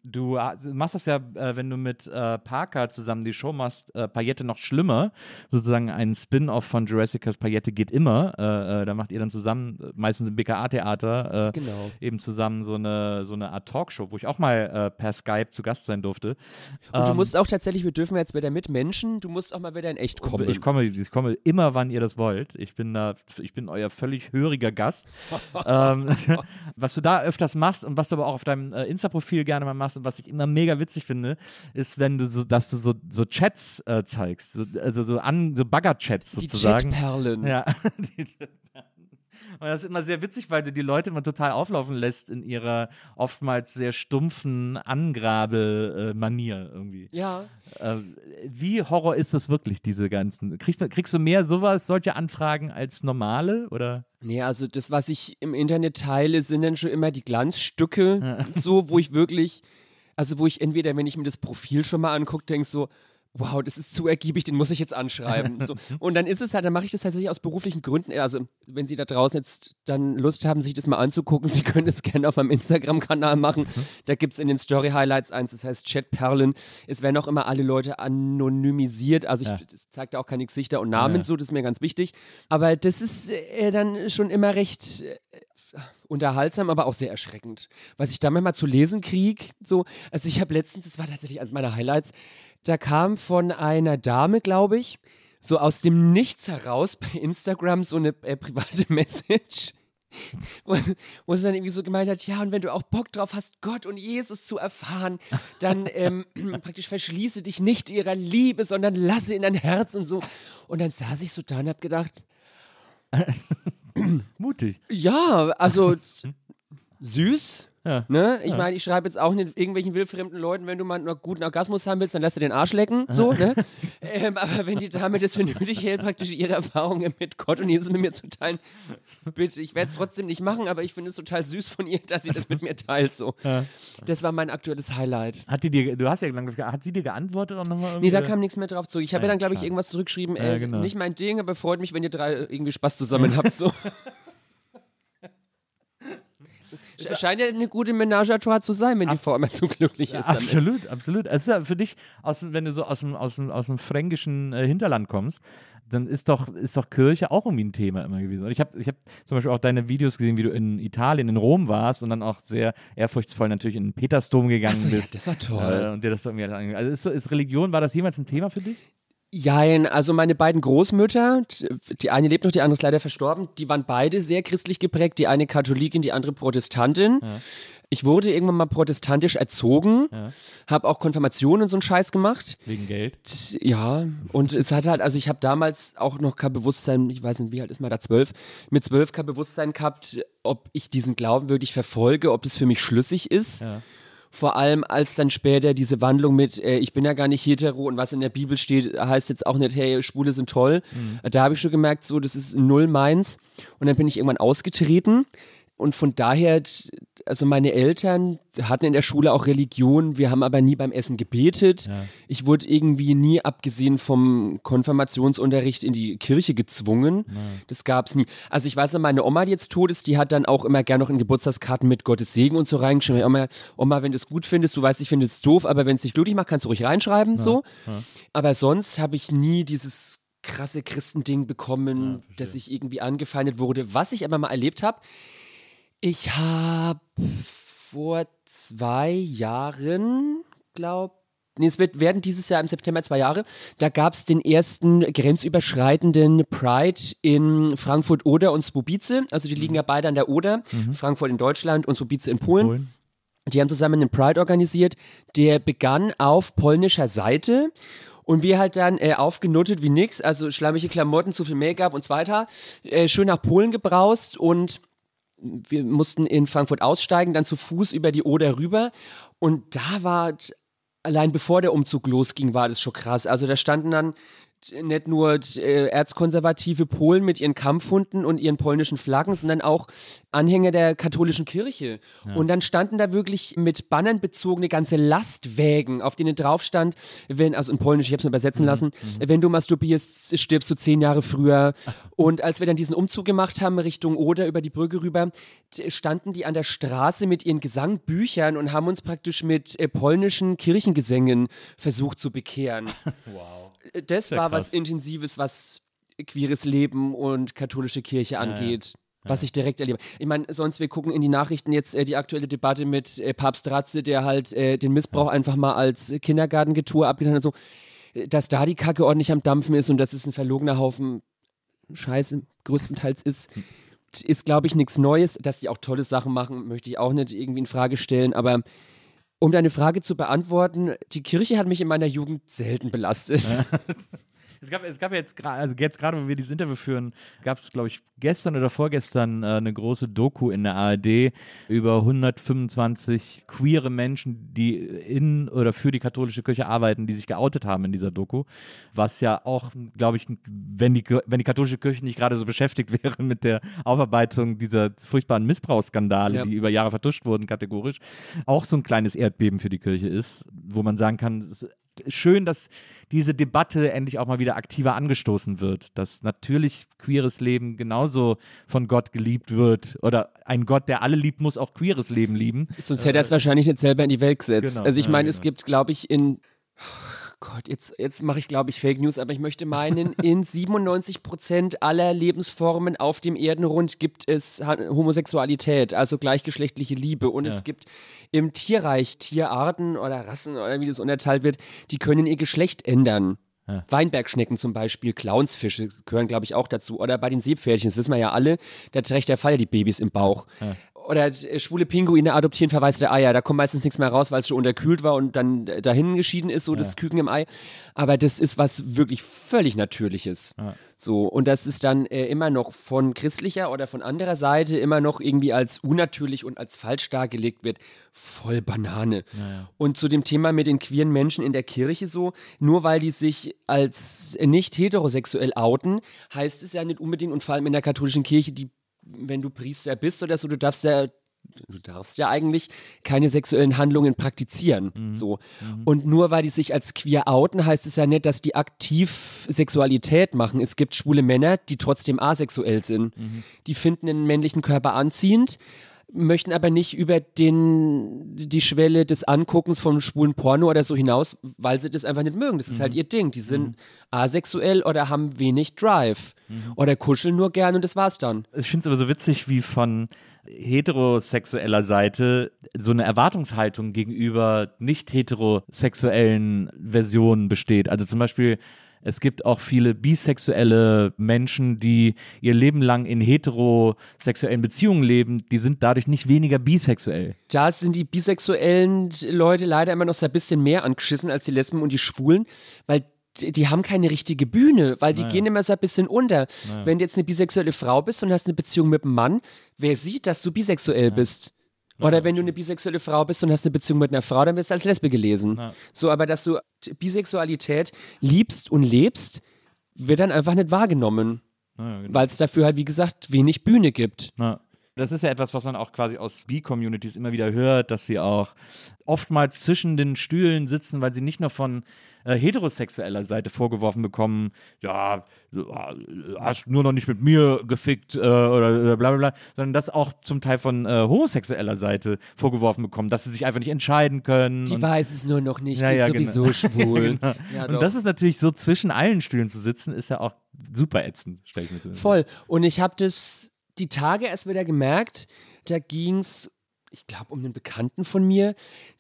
S8: du machst das ja, äh, wenn du mit äh, Parker zusammen die Show machst, äh, Paillette noch schlimmer, sozusagen ein Spin-off von Jurassicas Paillette geht immer. Äh, äh, da macht ihr dann zusammen, meistens im B K A-Theater, äh,
S7: Genau.
S8: eben zusammen so eine, so eine Art Talkshow, wo ich auch mal äh, per Skype zu Gast sein durfte.
S7: Und
S8: ähm,
S7: du musst auch tatsächlich, wir dürfen jetzt wieder mit Menschen, du musst auch mal wieder in echt kommen.
S8: Ich komme, ich komme immer, wann ihr das wollt. Ich bin da, ich bin euer völlig höriger Gast. ähm, was du da öfters machst und was du aber auch auf deinem äh, Insta-Profil gerne mal machst und was ich immer mega witzig finde, ist, wenn du so, dass du so, so Chats äh, zeigst, so, also so an, so Bagger-Chats sozusagen.
S7: Die Chatperlen.
S8: Ja. Die Und das ist immer sehr witzig, weil du die Leute immer total auflaufen lässt in ihrer oftmals sehr stumpfen Angrabe-Manier irgendwie.
S7: Ja.
S8: Äh, wie Horror ist das wirklich, diese ganzen? Kriegst, kriegst du mehr sowas, solche Anfragen als normale, oder?
S7: Nee, also das, was ich im Internet teile, sind dann schon immer die Glanzstücke, so, wo ich wirklich, also wo ich entweder, wenn ich mir das Profil schon mal angucke, denke so, wow, das ist zu ergiebig, den muss ich jetzt anschreiben. So. Und dann ist es halt, dann mache ich das tatsächlich aus beruflichen Gründen. Also, wenn Sie da draußen jetzt dann Lust haben, sich das mal anzugucken, Sie können es gerne auf meinem Instagram-Kanal machen. Da gibt es in den Story-Highlights eins, das heißt Chatperlen. Es werden auch immer alle Leute anonymisiert. Also, ich ja. zeige da auch keine Gesichter und Namen, ja. so, das ist mir ganz wichtig. Aber das ist äh, dann schon immer recht. Äh, unterhaltsam, aber auch sehr erschreckend. Was ich da manchmal zu lesen kriege, so, also ich habe letztens, das war tatsächlich eines meiner Highlights, da kam von einer Dame, glaube ich, so aus dem Nichts heraus bei Instagram so eine äh, private Message, wo, wo sie dann irgendwie so gemeint hat, ja, und wenn du auch Bock drauf hast, Gott und Jesus zu erfahren, dann ähm, praktisch verschließe dich nicht ihrer Liebe, sondern lasse in dein Herz und so. Und dann saß ich so da und hab gedacht,
S8: mutig.
S7: Ja, also süß.
S8: Ja.
S7: Ne? Ich
S8: ja.
S7: meine, ich schreibe jetzt auch nicht irgendwelchen wildfremden Leuten, wenn du mal einen guten Orgasmus haben willst, dann lass dir den Arsch lecken. So, ne? ähm, aber wenn die Dame das für nötig hält, praktisch ihre Erfahrungen mit Gott und Jesus mit mir zu teilen, bitte, ich werde es trotzdem nicht machen, aber ich finde es total süß von ihr, dass sie das mit mir teilt. So. Ja. Das war mein aktuelles Highlight.
S8: Hat die dir, du hast ja lang, hat sie dir geantwortet oder nochmal?
S7: Nee, da kam nichts mehr drauf zu. Ich habe ja, ja dann, glaube ich, irgendwas zurückgeschrieben, ey,
S8: ja, genau.
S7: nicht mein Ding, aber freut mich, wenn ihr drei irgendwie Spaß zusammen habt. So. Scheint ja eine gute Ménage à trois zu sein, wenn die Frau immer zu glücklich ist. Damit.
S8: Absolut, absolut. Es ist ja für dich, aus, wenn du so aus dem, aus dem, aus dem fränkischen äh, Hinterland kommst, dann ist doch, ist doch Kirche auch irgendwie ein Thema immer gewesen. Und ich habe ich hab zum Beispiel auch deine Videos gesehen, wie du in Italien, in Rom warst und dann auch sehr ehrfurchtsvoll natürlich in den Petersdom gegangen
S7: so,
S8: bist.
S7: Ja, das war toll.
S8: Äh, und dir das irgendwie also ist, ist Religion, war das jemals ein Thema für dich?
S7: Jein, also meine beiden Großmütter, die eine lebt noch, die andere ist leider verstorben, die waren beide sehr christlich geprägt, die eine Katholikin, die andere Protestantin. Ja. Ich wurde irgendwann mal protestantisch erzogen, ja. habe auch Konfirmationen und so einen Scheiß gemacht.
S8: Wegen Geld?
S7: Ja, und es hat halt, also ich habe damals auch noch kein Bewusstsein, ich weiß nicht, wie alt ist man da, zwölf, mit zwölf kein Bewusstsein gehabt, ob ich diesen Glauben wirklich verfolge, ob das für mich schlüssig ist. Ja. Vor allem, als dann später diese Wandlung mit, äh, ich bin ja gar nicht hetero und was in der Bibel steht, heißt jetzt auch nicht, hey, Schwule sind toll. Mhm. Da habe ich schon gemerkt, so, das ist null meins. Und dann bin ich irgendwann ausgetreten. Und von daher, also meine Eltern hatten in der Schule auch Religion, wir haben aber nie beim Essen gebetet. Ja. Ich wurde irgendwie nie, abgesehen vom Konfirmationsunterricht, in die Kirche gezwungen. Ja. Das gab's nie. Also ich weiß noch, meine Oma, die jetzt tot ist, die hat dann auch immer gerne noch in Geburtstagskarten mit Gottes Segen und so reingeschrieben. Oma, Oma, wenn du es gut findest, du weißt, ich finde es doof, aber wenn es dich glücklich macht, kannst du ruhig reinschreiben. Ja. So. Ja. Aber sonst habe ich nie dieses krasse Christending bekommen, ja, dass ich irgendwie angefeindet wurde. Was ich aber mal erlebt habe, ich habe vor zwei Jahren, glaube nee, es wird, werden dieses Jahr im September zwei Jahre, da gab es den ersten grenzüberschreitenden Pride in Frankfurt-Oder und Słubice, also die liegen ja beide an der Oder, mhm. Frankfurt in Deutschland und Słubice in Polen. Polen. Die haben zusammen einen Pride organisiert, der begann auf polnischer Seite. Und wir halt dann äh, aufgenuttet wie nix, also schlammige Klamotten, zu viel Make-up und so weiter, äh, schön nach Polen gebraust und wir mussten in Frankfurt aussteigen, dann zu Fuß über die Oder rüber und da war, allein bevor der Umzug losging, war das schon krass. Also da standen dann nicht nur äh, erzkonservative Polen mit ihren Kampfhunden und ihren polnischen Flaggen, sondern auch Anhänger der katholischen Kirche. Ja. Und dann standen da wirklich mit Bannern bezogene ganze Lastwägen, auf denen drauf stand, wenn, also in Polnisch, ich habe es mir übersetzen mhm. lassen, mhm. wenn du masturbierst, stirbst du zehn Jahre früher. Und als wir dann diesen Umzug gemacht haben Richtung Oder über die Brücke rüber, standen die an der Straße mit ihren Gesangbüchern und haben uns praktisch mit äh, polnischen Kirchengesängen versucht zu bekehren. Wow. Das war krass. Was Intensives, was queeres Leben und katholische Kirche angeht. Ja, ja. Was ich direkt erlebe. Ich meine, sonst, wir gucken in die Nachrichten jetzt äh, die aktuelle Debatte mit äh, Papst Ratze, der halt äh, den Missbrauch ja. einfach mal als Kindergartengetue abgetan hat. So, dass da die Kacke ordentlich am Dampfen ist und dass es ein verlogener Haufen Scheiße größtenteils ist, ist, glaube ich, nichts Neues. Dass die auch tolle Sachen machen, möchte ich auch nicht irgendwie in Frage stellen. Aber um deine Frage zu beantworten, die Kirche hat mich in meiner Jugend selten belastet. Ja.
S8: Es gab, es gab ja jetzt gerade, also jetzt gerade, wo wir dieses Interview führen, gab es, glaube ich, gestern oder vorgestern äh, eine große Doku in der A R D über hundertfünfundzwanzig queere Menschen, die in oder für die katholische Kirche arbeiten, die sich geoutet haben in dieser Doku. Was ja auch, glaube ich, wenn die, wenn die katholische Kirche nicht gerade so beschäftigt wäre mit der Aufarbeitung dieser furchtbaren Missbrauchsskandale, ja. die über Jahre vertuscht wurden, kategorisch, auch so ein kleines Erdbeben für die Kirche ist, wo man sagen kann, es ist schön, dass diese Debatte endlich auch mal wieder aktiver angestoßen wird, dass natürlich queeres Leben genauso von Gott geliebt wird oder ein Gott, der alle liebt, muss auch queeres Leben lieben.
S7: Sonst hätte er es wahrscheinlich nicht selber in die Welt gesetzt.
S8: Genau,
S7: also ich
S8: ja,
S7: meine,
S8: genau.
S7: es gibt, glaube ich, in Gott, jetzt, jetzt mache ich, glaube ich, Fake News, aber ich möchte meinen, in siebenundneunzig Prozent aller Lebensformen auf dem Erdenrund gibt es Homosexualität, also gleichgeschlechtliche Liebe. Und ja. es gibt im Tierreich Tierarten oder Rassen oder wie das unterteilt wird, die können ihr Geschlecht ändern. Ja. Weinbergschnecken zum Beispiel, Clownsfische gehören, glaube ich, auch dazu. Oder bei den Seepferdchen, das wissen wir ja alle, da trägt der Fall die Babys im Bauch. Ja. Oder äh, schwule Pinguine adoptieren verwaiste Eier. Da kommt meistens nichts mehr raus, weil es schon unterkühlt war und dann äh, dahin geschieden ist, so ja. das Küken im Ei. Aber das ist was wirklich völlig Natürliches. Ja. So, und das ist dann äh, immer noch von christlicher oder von anderer Seite immer noch irgendwie als unnatürlich und als falsch dargelegt wird. Voll Banane. Ja, ja. Und zu dem Thema mit den queeren Menschen in der Kirche so, nur weil die sich als nicht heterosexuell outen, heißt es ja nicht unbedingt, und vor allem in der katholischen Kirche, die wenn du Priester bist oder so, du darfst ja, du darfst ja eigentlich keine sexuellen Handlungen praktizieren. Mhm. So. Mhm. Und nur weil die sich als queer outen, heißt es ja nicht, dass die aktiv Sexualität machen. Es gibt schwule Männer, die trotzdem asexuell sind. Mhm. Die finden den männlichen Körper anziehend, möchten aber nicht über den, die Schwelle des Anguckens von schwulen Porno oder so hinaus, weil sie das einfach nicht mögen. Das ist mhm. halt ihr Ding. Die sind mhm. asexuell oder haben wenig Drive mhm. oder kuscheln nur gern und das war's dann.
S8: Ich finde es aber so witzig, wie von heterosexueller Seite so eine Erwartungshaltung gegenüber nicht heterosexuellen Versionen besteht. Also zum Beispiel es gibt auch viele bisexuelle Menschen, die ihr Leben lang in heterosexuellen Beziehungen leben, die sind dadurch nicht weniger bisexuell.
S7: Da sind die bisexuellen Leute leider immer noch so ein bisschen mehr angeschissen als die Lesben und die Schwulen, weil die, die haben keine richtige Bühne, weil die naja. gehen immer so ein bisschen unter. Naja. Wenn du jetzt eine bisexuelle Frau bist und hast eine Beziehung mit einem Mann, wer sieht, dass du bisexuell ja. bist? Oder wenn du eine bisexuelle Frau bist und hast eine Beziehung mit einer Frau, dann wirst du als Lesbe gelesen. Ja. So, aber dass du Bisexualität liebst und lebst, wird dann einfach nicht wahrgenommen. Ja, genau. Weil es dafür halt, wie gesagt, wenig Bühne gibt.
S8: Ja. Das ist ja etwas, was man auch quasi aus Bi-Communities immer wieder hört, dass sie auch oftmals zwischen den Stühlen sitzen, weil sie nicht nur von äh, heterosexueller Seite vorgeworfen bekommen, ja, du hast nur noch nicht mit mir gefickt äh, oder, oder bla bla bla, sondern das auch zum Teil von äh, homosexueller Seite vorgeworfen bekommen, dass sie sich einfach nicht entscheiden können.
S7: Die
S8: und,
S7: weiß es nur noch nicht,
S8: ja,
S7: die
S8: ja,
S7: ist sowieso
S8: genau.
S7: schwul.
S8: genau. ja, und das ist natürlich so, zwischen allen Stühlen zu sitzen, ist ja auch super ätzend, stelle ich mir zumindest.
S7: Voll. Und ich habe das die Tage erst wieder gemerkt, da ging es, ich glaube, um einen Bekannten von mir,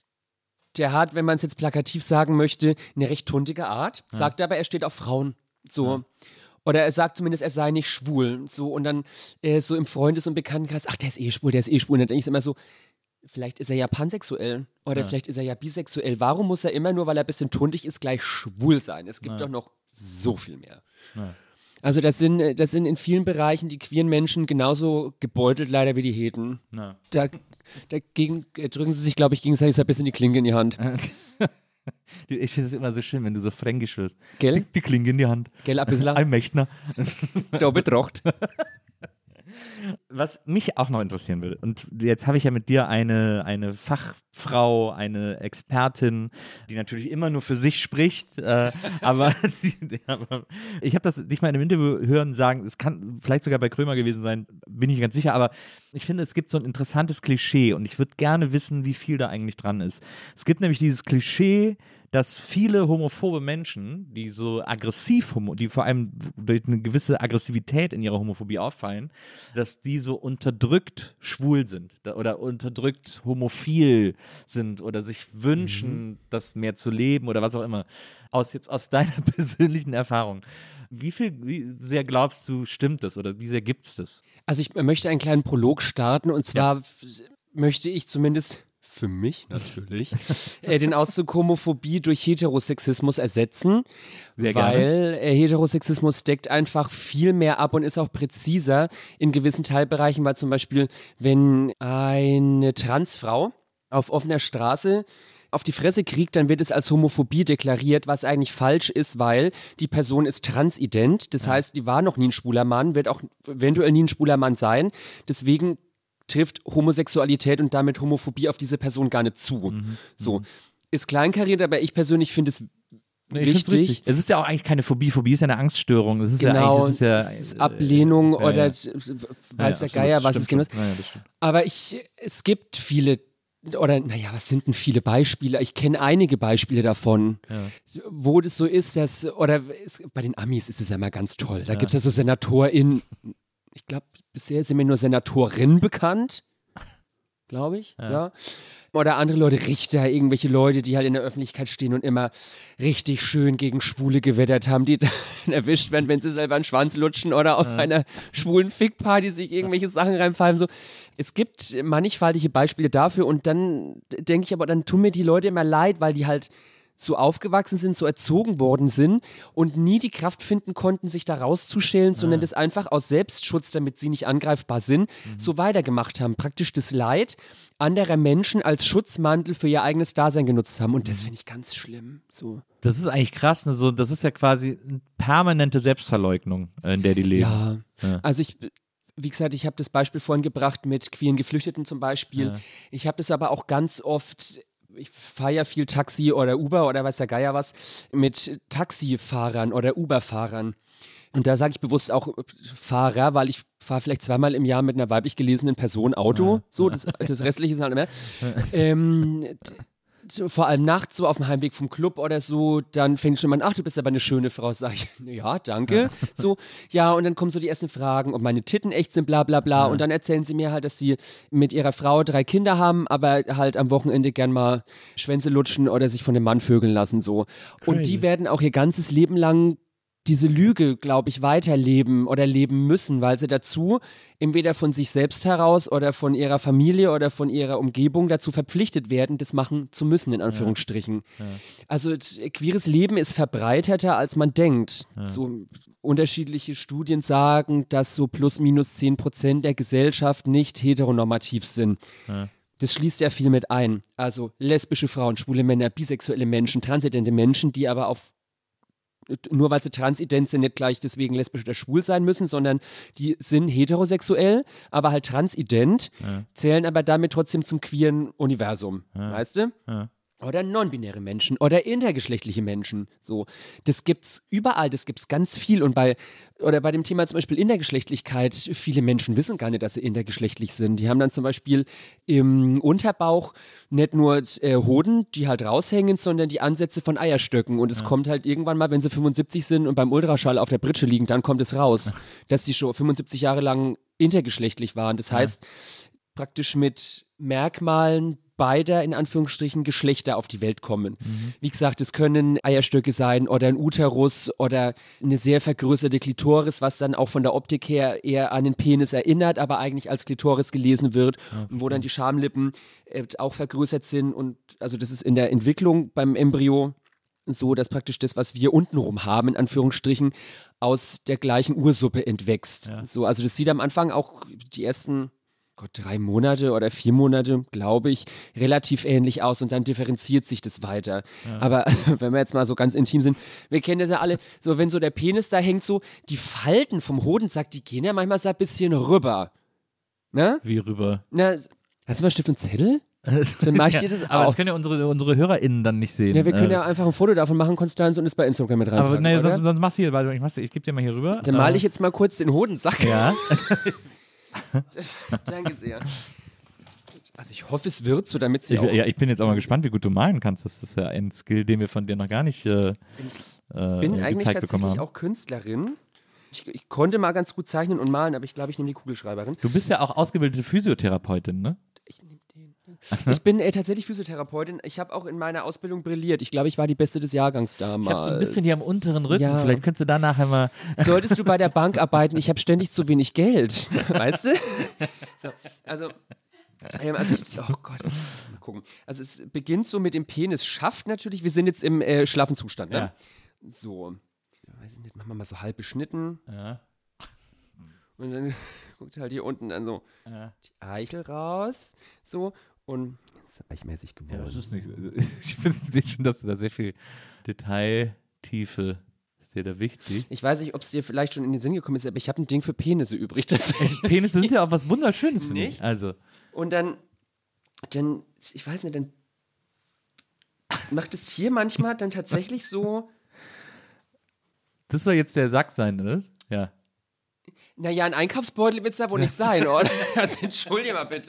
S7: der hat, wenn man es jetzt plakativ sagen möchte, eine recht tuntige Art, ja. sagt aber, er steht auf Frauen, so. Ja. Oder er sagt zumindest, er sei nicht schwul, so. Und dann äh, so im Freundes- und Bekanntenkreis, ach, der ist eh schwul, der ist eh schwul. Und dann denke ich immer so, vielleicht ist er ja pansexuell oder ja. vielleicht ist er ja bisexuell. Warum muss er immer nur, weil er ein bisschen tuntig ist, gleich schwul sein? Es gibt ja. doch noch so viel mehr. Ja. Also das sind, das sind in vielen Bereichen die queeren Menschen genauso gebeutelt leider wie die Heten. Ja. Da, dagegen drücken sie sich, glaube ich, gegenseitig so ein bisschen die Klinke in die Hand.
S8: Ich finde es immer so schön, wenn du so fränkisch wirst.
S7: Gell?
S8: Die, die Klinge in die Hand.
S7: Gell, ein bisschen.
S8: Allmächtner.
S7: Da betracht.
S8: Was mich auch noch interessieren würde, und jetzt habe ich ja mit dir eine, eine Fachfrau, eine Expertin, die natürlich immer nur für sich spricht, äh, aber, die, die, aber ich habe das dich mal in einem Interview hören sagen, es kann vielleicht sogar bei Krömer gewesen sein, bin ich ganz sicher, aber ich finde, es gibt so ein interessantes Klischee und ich würde gerne wissen, wie viel da eigentlich dran ist. Es gibt nämlich dieses Klischee, dass viele homophobe Menschen, die so aggressiv, homo, die vor allem durch eine gewisse Aggressivität in ihrer Homophobie auffallen, dass die so unterdrückt schwul sind oder unterdrückt homophil sind oder sich wünschen, mhm. das mehr zu leben oder was auch immer. Aus jetzt aus deiner persönlichen Erfahrung. Wie viel, wie sehr glaubst du, stimmt das oder wie sehr gibt es das?
S7: Also ich möchte einen kleinen Prolog starten und zwar ja. möchte ich zumindest für mich natürlich, äh, den Ausdruck Homophobie durch Heterosexismus ersetzen,
S8: Sehr
S7: weil äh, Heterosexismus deckt einfach viel mehr ab und ist auch präziser in gewissen Teilbereichen, weil zum Beispiel, wenn eine Transfrau auf offener Straße auf die Fresse kriegt, dann wird es als Homophobie deklariert, was eigentlich falsch ist, weil die Person ist transident, das heißt, die war noch nie ein schwuler Mann, wird auch eventuell nie ein schwuler Mann sein, deswegen trifft Homosexualität und damit Homophobie auf diese Person gar nicht zu. Mhm. So. Ist kleinkariert, aber ich persönlich finde es
S8: nee,
S7: wichtig.
S8: Es ist ja auch eigentlich keine Phobie. Phobie ist ja eine Angststörung. Es ist
S7: genau,
S8: ja eigentlich, es ist ja,
S7: es ist Ablehnung
S8: äh,
S7: oder
S8: ja,
S7: weiß
S8: ja,
S7: der Geier, was es genau ist.
S8: Ja, ja,
S7: aber ich, es gibt viele, oder naja, was sind denn viele Beispiele? Ich kenne einige Beispiele davon, ja. wo das so ist, dass, oder es, bei den Amis ist es ja immer ganz toll. Da ja. gibt es ja so SenatorInnen, ich glaube, bisher sind mir nur Senatorin bekannt, glaube ich, ja. ja. Oder andere Leute, Richter, irgendwelche Leute, die halt in der Öffentlichkeit stehen und immer richtig schön gegen Schwule gewettert haben, die dann erwischt werden, wenn sie selber einen Schwanz lutschen oder auf ja. einer schwulen Fickparty sich irgendwelche Sachen reinpfeifen. So. Es gibt mannigfaltige Beispiele dafür und dann denke ich aber, dann tun mir die Leute immer leid, weil die halt so aufgewachsen sind, so erzogen worden sind und nie die Kraft finden konnten, sich da rauszuschälen, ja. sondern das einfach aus Selbstschutz, damit sie nicht angreifbar sind, mhm. so weitergemacht haben. Praktisch das Leid anderer Menschen als Schutzmantel für ihr eigenes Dasein genutzt haben. Und das finde ich ganz schlimm. So.
S8: Das ist eigentlich krass, ne? So, das ist ja quasi eine permanente Selbstverleugnung, in der die leben.
S7: Ja,
S8: ja.
S7: also ich... Wie gesagt, ich habe das Beispiel vorhin gebracht mit queeren Geflüchteten zum Beispiel. Ja. Ich habe das aber auch ganz oft... Ich fahre ja viel Taxi oder Uber oder weiß der Geier was mit Taxifahrern oder Uberfahrern. Und da sage ich bewusst auch Fahrer, weil ich fahre vielleicht zweimal im Jahr mit einer weiblich gelesenen Person Auto. So, das, das Restliche ist halt nicht mehr. ähm, so, vor allem nachts, so auf dem Heimweg vom Club oder so, dann fängt schon mal an, ach, du bist aber eine schöne Frau. Sag ich, ja, danke. Ja. So, ja, und dann kommen so die ersten Fragen, ob meine Titten echt sind, bla bla bla. Ja. Und dann erzählen sie mir halt, dass sie mit ihrer Frau drei Kinder haben, aber halt am Wochenende gern mal Schwänze lutschen oder sich von dem Mann vögeln lassen. So. Und die werden auch ihr ganzes Leben lang diese Lüge, glaube ich, weiterleben oder leben müssen, weil sie dazu entweder von sich selbst heraus oder von ihrer Familie oder von ihrer Umgebung dazu verpflichtet werden, das machen zu müssen, in Anführungsstrichen. Ja. Ja. Also queeres Leben ist verbreiterter, als man denkt. Ja. So unterschiedliche Studien sagen, dass so plus minus zehn Prozent der Gesellschaft nicht heteronormativ sind. Ja. Das schließt ja viel mit ein. Also lesbische Frauen, schwule Männer, bisexuelle Menschen, transidente Menschen, die aber auf nur weil sie transident sind, nicht gleich deswegen lesbisch oder schwul sein müssen, sondern die sind heterosexuell, aber halt transident, ja. zählen aber damit trotzdem zum queeren Universum, ja. weißt du? Ja. Oder non-binäre Menschen oder intergeschlechtliche Menschen. So, das gibt's überall, das gibt's ganz viel. Und bei, oder bei dem Thema zum Beispiel Intergeschlechtlichkeit, viele Menschen wissen gar nicht, dass sie intergeschlechtlich sind. Die haben dann zum Beispiel im Unterbauch nicht nur äh, Hoden, die halt raushängen, sondern die Ansätze von Eierstöcken. Und es ja. kommt halt irgendwann mal, wenn sie fünfundsiebzig sind und beim Ultraschall auf der Pritsche liegen, dann kommt es raus, ja. dass sie schon fünfundsiebzig Jahre lang intergeschlechtlich waren. Das heißt, ja. praktisch mit Merkmalen beider, in Anführungsstrichen, Geschlechter auf die Welt kommen. Mhm. Wie gesagt, es können Eierstöcke sein oder ein Uterus oder eine sehr vergrößerte Klitoris, was dann auch von der Optik her eher an den Penis erinnert, aber eigentlich als Klitoris gelesen wird, okay. und wo dann die Schamlippen äh, auch vergrößert sind. Und also das ist in der Entwicklung beim Embryo so, dass praktisch das, was wir untenrum haben, in Anführungsstrichen, aus der gleichen Ursuppe entwächst. Ja. So, also das sieht am Anfang auch die ersten Gott, drei Monate oder vier Monate, glaube ich, relativ ähnlich aus und dann differenziert sich das weiter. Ja. Aber wenn wir jetzt mal so ganz intim sind, wir kennen das ja alle, so wenn so der Penis da hängt, so die Falten vom Hodensack, die gehen ja manchmal so ein bisschen rüber. Ne?
S8: Wie rüber?
S7: Na, hast du mal Stift und Zettel? Dann mach ich dir das auch.
S8: Aber das können ja unsere, unsere HörerInnen dann nicht sehen.
S7: Ja, wir können
S8: äh,
S7: ja einfach ein Foto davon machen, Konstanz, und es bei Instagram mit reinpacken,
S8: Aber nee,
S7: oder?
S8: sonst, sonst machst du hier, warte, ich, mach's, ich gebe dir mal hier rüber.
S7: Dann male ich jetzt mal kurz den Hodensack.
S8: Ja.
S7: Danke sehr. Also ich hoffe, es wird so, damit sie
S8: ich,
S7: auch...
S8: Ja, ich bin jetzt auch mal gespannt, wie gut du malen kannst. Das ist ja ein Skill, den wir von dir noch gar nicht äh,
S7: Ich bin
S8: äh,
S7: eigentlich
S8: gezeigt bekommen
S7: tatsächlich
S8: haben.
S7: auch Künstlerin. Ich, ich konnte mal ganz gut zeichnen und malen, aber ich glaube, ich nehme die Kugelschreiberin.
S8: Du bist ja auch ausgebildete Physiotherapeutin, ne?
S7: Ich nehme den. Ich bin äh, tatsächlich Physiotherapeutin. Ich habe auch in meiner Ausbildung brilliert. Ich glaube, ich war die Beste des Jahrgangs damals.
S8: Ich habe so ein bisschen hier am unteren Rücken.
S7: Ja.
S8: Vielleicht könntest du da nachher mal...
S7: Solltest du bei der Bank arbeiten, ich habe ständig zu wenig Geld. Weißt du? So, also... Ähm, also ich, oh Gott, jetzt muss ich mal gucken. Also es beginnt so mit dem Penis, schafft natürlich, wir sind jetzt im äh, schlaffen Zustand, ne?
S8: Ja.
S7: So, weiß ich nicht, machen wir mal so halb beschnitten.
S8: Ja.
S7: Und dann guckt halt hier unten dann so
S8: Ja.
S7: die Eichel raus, so, und das ist eichmäßig geworden.
S8: Ja, das ist nicht... Ich finde schon, dass du da sehr viel Detailtiefe... Ist dir da wichtig?
S7: Ich weiß nicht, ob es dir vielleicht schon in den Sinn gekommen ist, aber ich habe ein Ding für Penisse übrig. Tatsächlich.
S8: Penisse sind ja auch was Wunderschönes, finde ich.
S7: Nicht?
S8: Also.
S7: Und dann, dann, ich weiß nicht, dann macht es hier manchmal dann tatsächlich so.
S8: Das soll jetzt der Sack sein, oder? Ja.
S7: Naja, ein Einkaufsbeutel wird es da wohl nicht sein, oder? Also entschuldige mal bitte.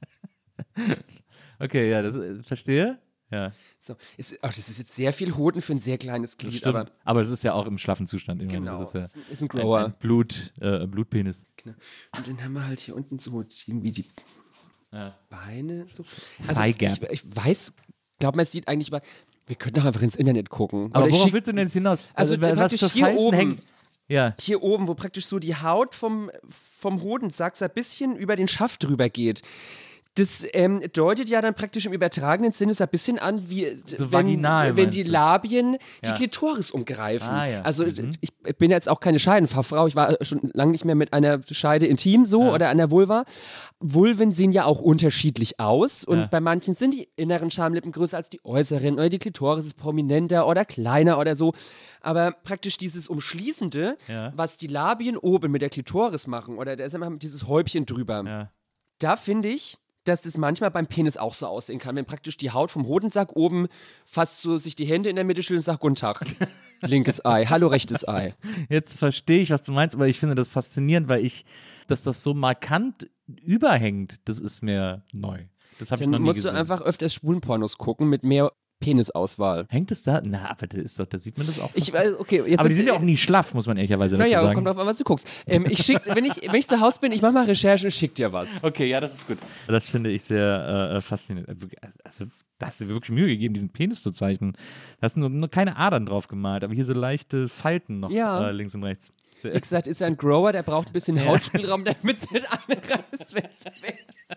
S8: Okay, ja, das äh, verstehe. Ja.
S7: So, ist, oh, das ist jetzt sehr viel Hoden für ein sehr kleines Glied.
S8: Das stimmt.
S7: Aber,
S8: aber das ist ja auch im schlaffen Zustand. Ich
S7: genau,
S8: meine, das ist ja
S7: ist ein, ist ein Grower.
S8: Ein, ein Blut, äh, Blutpenis.
S7: Genau. Und dann haben wir halt hier unten so irgendwie die
S8: Ja.
S7: Beine. So. Also
S8: Thigh
S7: ich,
S8: Gap.
S7: ich weiß, glaube man sieht eigentlich mal, wir könnten doch einfach ins Internet gucken.
S8: Aber
S7: Oder ich
S8: worauf
S7: schick-
S8: willst du denn jetzt hinaus?
S7: Also
S8: wa-
S7: praktisch
S8: für
S7: hier
S8: Falten
S7: oben.
S8: hängen- Ja.
S7: Hier oben, wo praktisch so die Haut vom, vom Hodensack so ein bisschen über den Schaft drüber geht. Das ähm, deutet ja dann praktisch im übertragenen Sinne so ein bisschen an, wie
S8: So
S7: wenn,
S8: vaginal,
S7: wenn
S8: meinst
S7: die
S8: du?
S7: Labien die
S8: Ja.
S7: Klitoris umgreifen.
S8: Ah, ja.
S7: Also
S8: Mhm.
S7: ich bin jetzt auch keine Scheidenfachfrau, ich war schon lange nicht mehr mit einer Scheide intim so
S8: Ja.
S7: oder einer Vulva. Vulven sehen ja auch unterschiedlich aus und
S8: Ja.
S7: bei manchen sind die inneren Schamlippen größer als die äußeren oder die Klitoris ist prominenter oder kleiner oder so. Aber praktisch dieses Umschließende,
S8: Ja.
S7: was die Labien oben mit der Klitoris machen oder da ist immer dieses Häubchen drüber.
S8: Ja.
S7: Da finde ich, dass es manchmal beim Penis auch so aussehen kann, wenn praktisch die Haut vom Hodensack oben fast so sich die Hände in der Mitte schüttelt und sagt, guten Tag, linkes Ei, hallo rechtes Ei.
S8: Jetzt verstehe ich, was du meinst, aber ich finde das faszinierend, weil ich, dass das so markant überhängt, das ist mir neu. Das habe ich
S7: Dann
S8: noch nie
S7: musst
S8: gesehen.
S7: du einfach öfters Schwulenpornos gucken mit mehr Penisauswahl.
S8: Hängt es da? Na, aber das ist doch, da sieht man das auch.
S7: Ich,
S8: fast-
S7: weiß, okay, jetzt
S8: aber die
S7: wird's-
S8: sind ja auch nie schlaff, muss man ehrlicherweise dazu
S7: Naja,
S8: sagen.
S7: kommt drauf an, was du guckst. Ähm, ich schick, wenn, ich, wenn ich zu Hause bin, ich mache mal Recherche und schick dir was.
S8: Okay, ja, das ist gut. Das finde ich sehr äh, faszinierend. Also, da hast du dir wirklich Mühe gegeben, diesen Penis zu zeichnen. Da hast du nur, nur keine Adern drauf gemalt, aber hier so leichte Falten noch
S7: Ja.
S8: äh, links und rechts. Sehr-
S7: Wie gesagt, ist ja ein Grower, der braucht ein bisschen Hautspielraum, damit es nicht einreißt, wenn es wächst.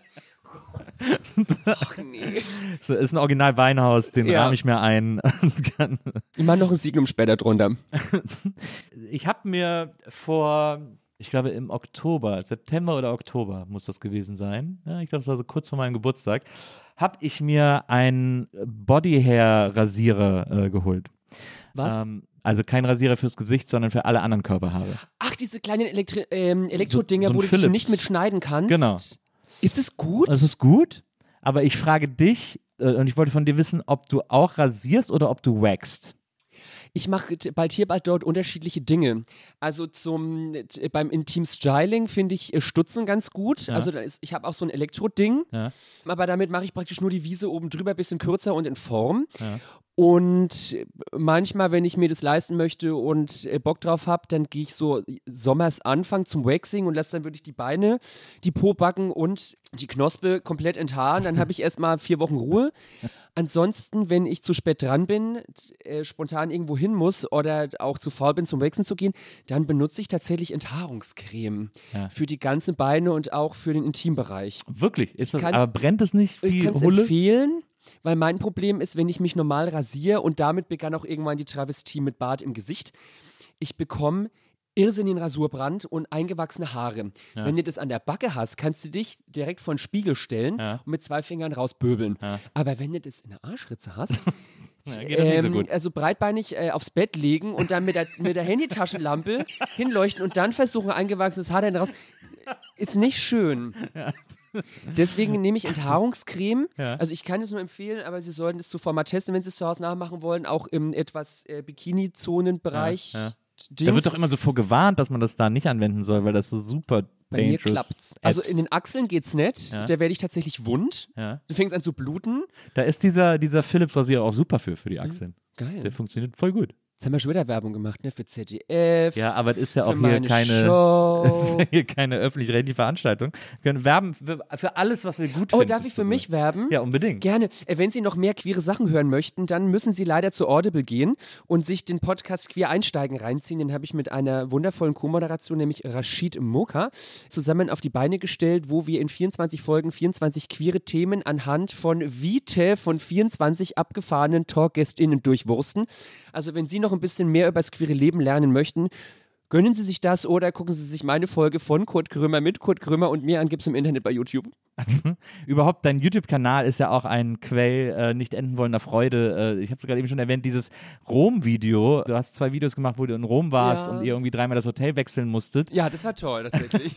S7: Ach nee.
S8: So, ist ein Original Weinhaus, den
S7: Ja.
S8: rahme ich mir ein. und kann-
S7: Ich mache noch ein Signum später drunter.
S8: Ich habe mir vor, ich glaube im Oktober, September oder Oktober muss das gewesen sein, ja, ich glaube, es war so kurz vor meinem Geburtstag, habe ich mir einen Body-Hair-Rasierer äh, geholt.
S7: Was?
S8: Ähm, also kein Rasierer fürs Gesicht, sondern für alle anderen Körperhaare.
S7: Ach, diese kleinen Elektri ähm, Elektrodinger,
S8: So- so ein
S7: wo du dich
S8: Philips.
S7: nicht mitschneiden kannst.
S8: Genau.
S7: Ist es gut?
S8: Das ist gut, aber ich frage dich, äh, und ich wollte von dir wissen, ob du auch rasierst oder ob du waxst.
S7: Ich mache bald hier, bald dort unterschiedliche Dinge. Also zum t- beim Intim Styling finde ich äh, Stutzen ganz gut.
S8: Ja.
S7: Also da ist, ich habe auch so ein Elektroding,
S8: Ja.
S7: aber damit mache ich praktisch nur die Wiese oben drüber, bisschen kürzer und in Form.
S8: Ja.
S7: Und manchmal, wenn ich mir das leisten möchte und äh, Bock drauf habe, dann gehe ich so Sommers Anfang zum Waxing und lasse dann wirklich die Beine, die Pobacken und die Knospe komplett enthaaren. Dann habe ich erstmal vier Wochen Ruhe. Ansonsten, wenn ich zu spät dran bin, t- äh, spontan irgendwo hin muss oder auch zu faul bin, zum Waxen zu gehen, dann benutze ich tatsächlich Enthaarungscreme
S8: Ja.
S7: für die ganzen Beine und auch für den Intimbereich.
S8: Wirklich? Ist das,
S7: kann-
S8: aber brennt es nicht
S7: Ich
S8: wie
S7: kann es
S8: Hulle?
S7: empfehlen, weil mein Problem ist, wenn ich mich normal rasiere und damit begann auch irgendwann die Travestie mit Bart im Gesicht, ich bekomme irrsinnigen Rasurbrand und eingewachsene Haare.
S8: Ja.
S7: Wenn du das an der Backe hast, kannst du dich direkt vor den Spiegel stellen
S8: Ja.
S7: und mit zwei Fingern rausböbeln.
S8: Ja.
S7: Aber wenn du das in der Arschritze hast,
S8: Ja, geht das nicht so gut.
S7: also breitbeinig äh, aufs Bett legen und dann mit der, mit der Handytaschenlampe hinleuchten und dann versuchen, eingewachsenes Haar dann raus, ist nicht schön.
S8: Ja.
S7: Deswegen nehme ich Enthaarungscreme.
S8: Ja.
S7: Also ich kann es nur empfehlen, aber Sie sollten es zuvor mal testen, wenn Sie es zu Hause nachmachen wollen, auch im etwas äh, Bikini-Zonenbereich.
S8: Ja, ja.
S7: Dings.
S8: Da wird doch immer so vorgewarnt, dass man das da nicht anwenden soll, weil das so super
S7: Bei mir
S8: dangerous
S7: klappt's. Also
S8: ätzt.
S7: in den Achseln geht's nicht.
S8: Ja.
S7: Da werde ich tatsächlich wund.
S8: Ja.
S7: Du fängst an zu bluten.
S8: Da ist dieser, dieser Philips-Rasierer auch super für, für die Achseln.
S7: Geil.
S8: Der funktioniert voll gut.
S7: Jetzt haben wir schon wieder Werbung gemacht, ne? Für Z D F.
S8: Ja, aber es ist ja auch
S7: für
S8: hier
S7: meine
S8: keine,
S7: Show.
S8: es ist ja hier keine öffentlich-rechtliche Veranstaltung. Wir können werben für, für alles, was wir gut
S7: Oh,
S8: finden.
S7: darf ich für mich werben?
S8: Ja, unbedingt.
S7: Gerne. Äh, Wenn Sie noch mehr queere Sachen hören möchten, dann müssen Sie leider zu Audible gehen und sich den Podcast Queer Einsteigen reinziehen. Den habe ich mit einer wundervollen Co-Moderation, nämlich Rashid Moka, zusammen auf die Beine gestellt, wo wir in vierundzwanzig Folgen vierundzwanzig queere Themen anhand von Vitae von vierundzwanzig abgefahrenen Talkgästinnen durchwursten. Also wenn Sie noch ein bisschen mehr über das queere Leben lernen möchten, gönnen Sie sich das oder gucken Sie sich meine Folge von Kurt Krömer mit Kurt Krömer und mir an, gibt's im Internet bei YouTube.
S8: Überhaupt, dein YouTube-Kanal ist ja auch ein Quell äh, nicht enden wollender Freude. Äh, ich habe es gerade eben schon erwähnt, dieses Rom-Video. Du hast zwei Videos gemacht, wo du in Rom warst
S7: Ja.
S8: und ihr irgendwie dreimal das Hotel wechseln musstet.
S7: Ja, das war toll, tatsächlich.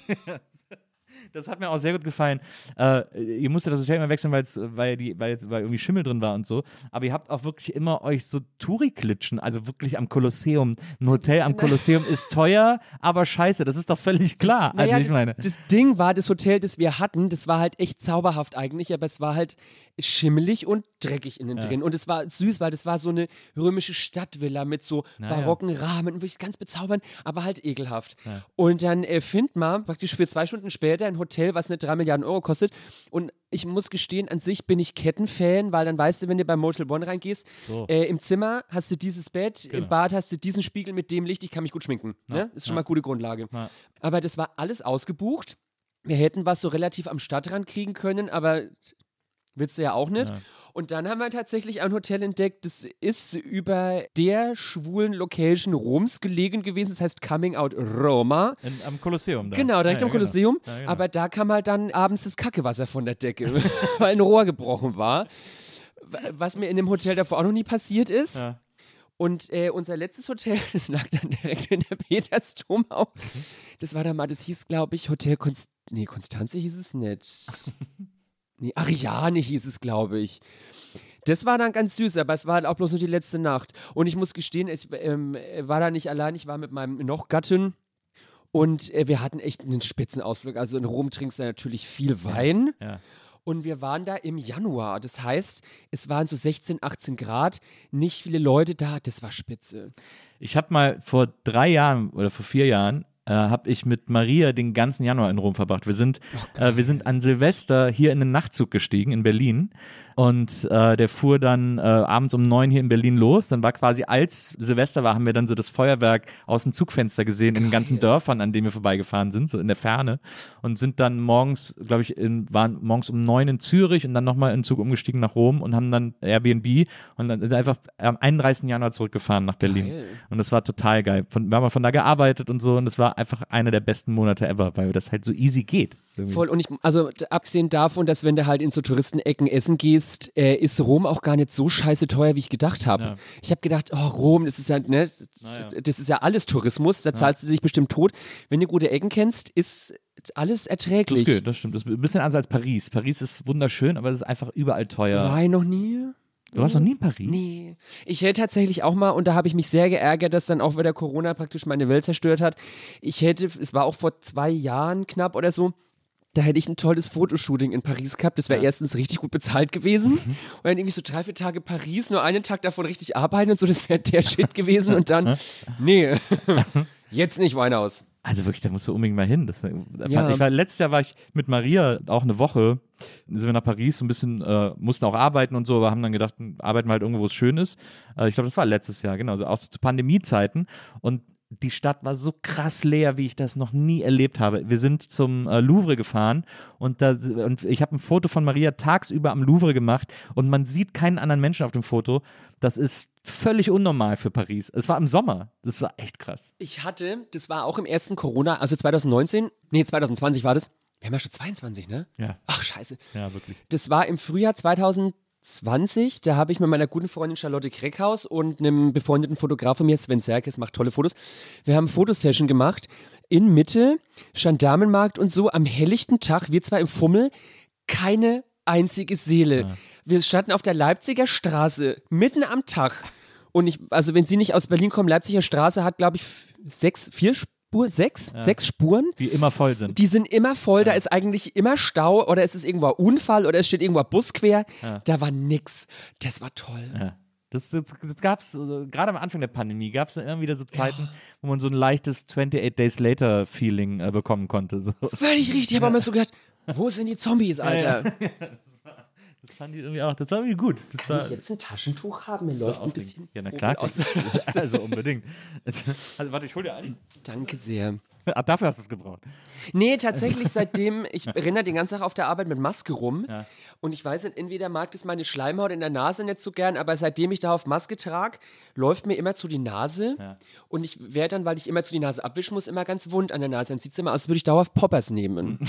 S8: Das hat mir auch sehr gut gefallen. Äh, ihr musstet das Hotel immer wechseln, weil's, weil, die, weil, jetzt, weil irgendwie Schimmel drin war und so. Aber ihr habt auch wirklich immer euch so Touri-Klitschen, also wirklich am Kolosseum. Ein Hotel am Kolosseum ist teuer, aber scheiße, das ist doch völlig klar.
S7: Naja,
S8: also ich
S7: das,
S8: meine.
S7: das Ding war, das Hotel, das wir hatten, das war halt echt zauberhaft eigentlich, aber es war halt schimmelig und dreckig innen
S8: Ja.
S7: drin. Und es war süß, weil das war so eine römische Stadtvilla mit so
S8: Naja.
S7: barocken Rahmen, wirklich ganz bezaubernd, aber halt ekelhaft.
S8: Ja.
S7: Und dann äh, findet man praktisch für zwei Stunden später ein Hotel, was nicht drei Milliarden Euro kostet. Und ich muss gestehen, an sich bin ich Kettenfan, weil dann weißt du, wenn du beim Motel One reingehst,
S8: So.
S7: äh, im Zimmer hast du dieses Bett,
S8: Genau.
S7: im Bad hast du diesen Spiegel mit dem Licht, ich kann mich gut schminken. Ne? Ist schon
S8: Ja.
S7: mal gute Grundlage.
S8: Ja.
S7: Aber das war alles ausgebucht. Wir hätten was so relativ am Stadtrand kriegen können, aber willst du ja auch nicht.
S8: Ja.
S7: Und dann haben wir tatsächlich ein Hotel entdeckt, das ist über der schwulen Location Roms gelegen gewesen, das heißt Coming Out Roma.
S8: In, am Kolosseum da.
S7: Genau, direkt
S8: Ja,
S7: am
S8: ja,
S7: Kolosseum.
S8: Genau. Ja, genau.
S7: Aber da kam halt dann abends das Kackewasser von der Decke, weil ein Rohr gebrochen war. Was mir in dem Hotel davor auch noch nie passiert ist.
S8: Ja.
S7: Und äh, unser letztes Hotel, das lag dann direkt in der Petersdom auch. Das war da mal, das hieß, glaube ich, Hotel Konst nee, Konstanze hieß es nicht. Nee, Ariane hieß es, glaube ich. Das war dann ganz süß, aber es war halt auch bloß nur die letzte Nacht. Und ich muss gestehen, ich ähm, war da nicht allein, ich war mit meinem noch Gatten und äh, wir hatten echt einen Spitzenausflug. Also in Rom trinkst du natürlich viel Wein.
S8: Ja.
S7: Und wir waren da im Januar. Das heißt, es waren so sechzehn, achtzehn Grad, nicht viele Leute da. Das war spitze.
S8: Ich habe mal vor drei Jahren oder vor vier Jahren äh, habe ich mit Maria den ganzen Januar in Rom verbracht. Wir sind, äh, wir sind an Silvester hier in den Nachtzug gestiegen in Berlin und äh, der fuhr dann äh, abends um neun hier in Berlin los. Dann war quasi, als Silvester war, haben wir dann so das Feuerwerk aus dem Zugfenster gesehen in den ganzen Dörfern, an denen wir vorbeigefahren sind, so in der Ferne und sind dann morgens, glaube ich, in, waren morgens um neun in Zürich und dann nochmal in den Zug umgestiegen nach Rom und haben dann Airbnb und dann sind einfach am einunddreißigsten Januar zurückgefahren nach Berlin.
S7: Geil.
S8: Und das war total geil. Von, wir haben von da gearbeitet und so und das war einfach einer der besten Monate ever, weil das halt so easy geht. Irgendwie.
S7: Voll. Und ich, also d- abgesehen davon, dass wenn du halt in so Touristenecken essen gehst, äh, ist Rom auch gar nicht so scheiße teuer, wie ich gedacht habe.
S8: Ja.
S7: Ich habe gedacht, oh, Rom, das ist ja, ne, das,
S8: Naja.
S7: das ist ja alles Tourismus, da zahlst du dich bestimmt tot. Wenn du gute Ecken kennst, ist alles
S8: Das
S7: erträglich.
S8: geht, das stimmt. Das ist ein bisschen anders als Paris. Paris ist wunderschön, aber es ist einfach überall teuer.
S7: War ich noch nie?
S8: Du warst noch nie in Paris?
S7: Nee. Ich hätte tatsächlich auch mal, und da habe ich mich sehr geärgert, dass dann auch wieder Corona praktisch meine Welt zerstört hat. Ich hätte, es war auch vor zwei Jahren knapp oder so, da hätte ich ein tolles Fotoshooting in Paris gehabt. Das wäre
S8: Ja.
S7: erstens richtig gut bezahlt gewesen. Und dann irgendwie so drei, vier Tage Paris, nur einen Tag davon richtig arbeiten und so, das wäre der Shit gewesen. Und dann, nee, jetzt nicht Weinhaus.
S8: Also wirklich, da musst du unbedingt mal hin. Das,
S7: Ja.
S8: ich war, letztes Jahr war ich mit Maria auch eine Woche, sind wir nach Paris, so ein bisschen, äh, mussten auch arbeiten und so, aber haben dann gedacht, arbeiten wir halt irgendwo, wo es schön ist. Äh, ich glaube, das war letztes Jahr, genau, also auch so zu Pandemiezeiten. Und die Stadt war so krass leer, wie ich das noch nie erlebt habe. Wir sind zum äh, Louvre gefahren und, da, und ich habe ein Foto von Maria tagsüber am Louvre gemacht und man sieht keinen anderen Menschen auf dem Foto. Das ist völlig unnormal für Paris. Es war im Sommer. Das war echt krass.
S7: Ich hatte, das war auch im ersten Corona, also zwanzig neunzehn, nee, zwanzig zwanzig war das. Wir haben ja schon zweiundzwanzig, ne?
S8: Ja.
S7: Ach, scheiße.
S8: Ja, wirklich.
S7: Das war im Frühjahr zwanzig zwanzig, da habe ich mit meiner guten Freundin Charlotte Kreckhaus und einem befreundeten Fotograf von mir, Sven Serkes, macht tolle Fotos. Wir haben eine Fotosession gemacht in Mitte, Gendarmenmarkt und so, am helllichten Tag, wir zwar im Fummel, keine einzige Seele. Ja. Wir standen auf der Leipziger Straße, mitten am Tag. Und ich, also wenn Sie nicht aus Berlin kommen, Leipziger Straße hat, glaube ich, sechs, vier Spuren. Sechs, ja. sechs Spuren.
S8: Die immer voll sind.
S7: Die sind immer voll,
S8: ja.
S7: Da ist eigentlich immer Stau oder es ist irgendwo ein Unfall oder es steht irgendwo ein Bus quer.
S8: Ja.
S7: Da war nix. Das war toll.
S8: Ja. Das, das, das gab es, also, gerade am Anfang der Pandemie, gab es immer wieder so Zeiten, ja. wo man so ein leichtes twenty-eight Days Later Feeling äh, bekommen konnte. So.
S7: Völlig richtig, ich habe immer so gedacht, wo sind die Zombies, Alter?
S8: Ja. das, war, das fand ich irgendwie auch, das war irgendwie gut. Das
S7: Kann
S8: war,
S7: ich jetzt ein Taschentuch haben? Mir läuft ein bisschen.
S8: Ja, na klar. Aus. Also unbedingt. Also warte, ich hol dir eins.
S7: Danke sehr.
S8: Ach, dafür hast du es gebraucht.
S7: Nee, tatsächlich seitdem, ich renne den ganzen Tag auf der Arbeit mit Maske rum
S8: ja.
S7: und ich weiß nicht, entweder mag das meine Schleimhaut in der Nase nicht so gern, aber seitdem ich da auf Maske trage, läuft mir immer zu die Nase
S8: ja.
S7: und ich werde dann, weil ich immer zu die Nase abwischen muss, immer ganz wund an der Nase. Dann sieht es immer aus, als würde ich dauerhaft Poppers nehmen.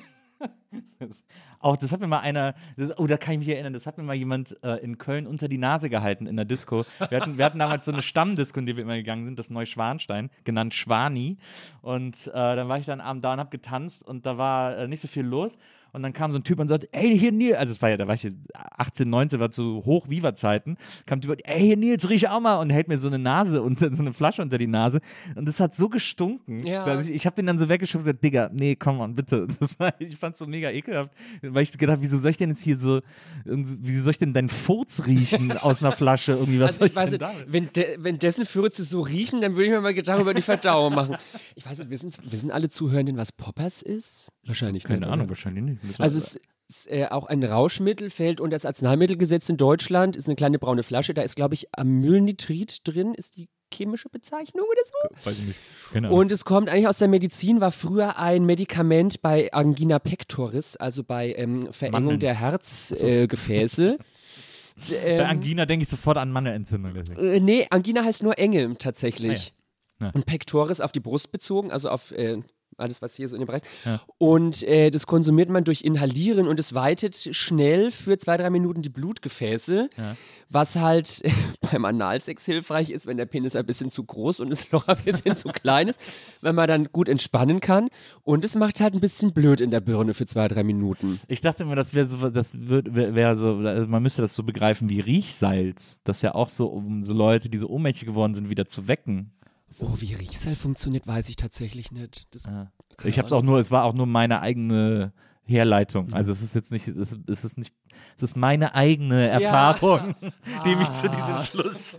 S8: Das, auch, das hat mir mal einer, das, oh, da kann ich mich erinnern, das hat mir mal jemand äh, in Köln unter die Nase gehalten in der Disco. Wir hatten, wir hatten damals so eine Stammdisco, in die wir immer gegangen sind, das Neuschwanstein, genannt Schwani. Und äh, dann war ich dann abend da und hab getanzt und da war äh, nicht so viel los. Und dann kam so ein Typ und sagte, ey, hier Nils, also es war ja, da war ich achtzehn, neunzehn, war zu Hoch-Viva-Zeiten, kam ein Typ, ey, hier Nils, riech auch mal und hält mir so eine Nase und so eine Flasche unter die Nase und das hat so gestunken,
S7: ja.
S8: dass ich, ich hab den dann so weggeschoben und gesagt, Digga, nee, komm on, bitte. Das war, ich fand's so mega ekelhaft, weil ich gedacht, wieso soll ich denn jetzt hier so, wieso soll ich denn deinen Furz riechen aus einer Flasche, irgendwie, was
S7: also
S8: soll ich,
S7: ich
S8: denn
S7: weiß
S8: damit?
S7: Wenn, de, wenn dessen Fürze so riechen, dann würde ich mir mal Gedanken über die Verdauung machen. Ich weiß nicht, wissen, wissen alle Zuhörenden, was Poppers ist? Wahrscheinlich
S8: Keine
S7: nicht.
S8: Ahnung,
S7: oder?
S8: wahrscheinlich nicht.
S7: Also es ist äh, auch ein Rauschmittel, fällt unter das Arzneimittelgesetz in Deutschland, ist eine kleine braune Flasche, da ist, glaube ich, Amylnitrit drin, ist die chemische Bezeichnung oder so.
S8: Weiß ich nicht. Keine Ahnung.
S7: Und es kommt eigentlich aus der Medizin, war früher ein Medikament bei Angina pectoris, also bei ähm, Verengung
S8: Mandeln.
S7: der Herzgefäße. Äh, ähm,
S8: Bei Angina denke ich sofort an Mandelentzündung. Deswegen.
S7: äh, nee, Angina heißt nur Enge tatsächlich.
S8: Ah, ja. Ja.
S7: Und Pectoris auf die Brust bezogen, also auf äh, alles, was hier so in dem Bereich ist.
S8: Ja.
S7: Und äh, das konsumiert man durch Inhalieren und es weitet schnell für zwei, drei Minuten die Blutgefäße,
S8: Ja.
S7: was halt äh, beim Analsex hilfreich ist, wenn der Penis ein bisschen zu groß und das Loch ein bisschen zu klein ist, wenn man dann gut entspannen kann. Und es macht halt ein bisschen blöd in der Birne für zwei, drei Minuten.
S8: Ich dachte immer, das wäre so, das wäre wär so, also man müsste das so begreifen wie Riechsalz, das ja auch so, um so Leute, die so ohnmächtig geworden sind, wieder zu wecken.
S7: Oh, wie Riechsalz funktioniert, weiß ich tatsächlich nicht. Das,
S8: Ja. Ich habe es auch nur, es war auch nur meine eigene Herleitung. Also es ist jetzt nicht, es ist, es ist nicht, es ist meine eigene Erfahrung, ja. die mich zu diesem Schluss,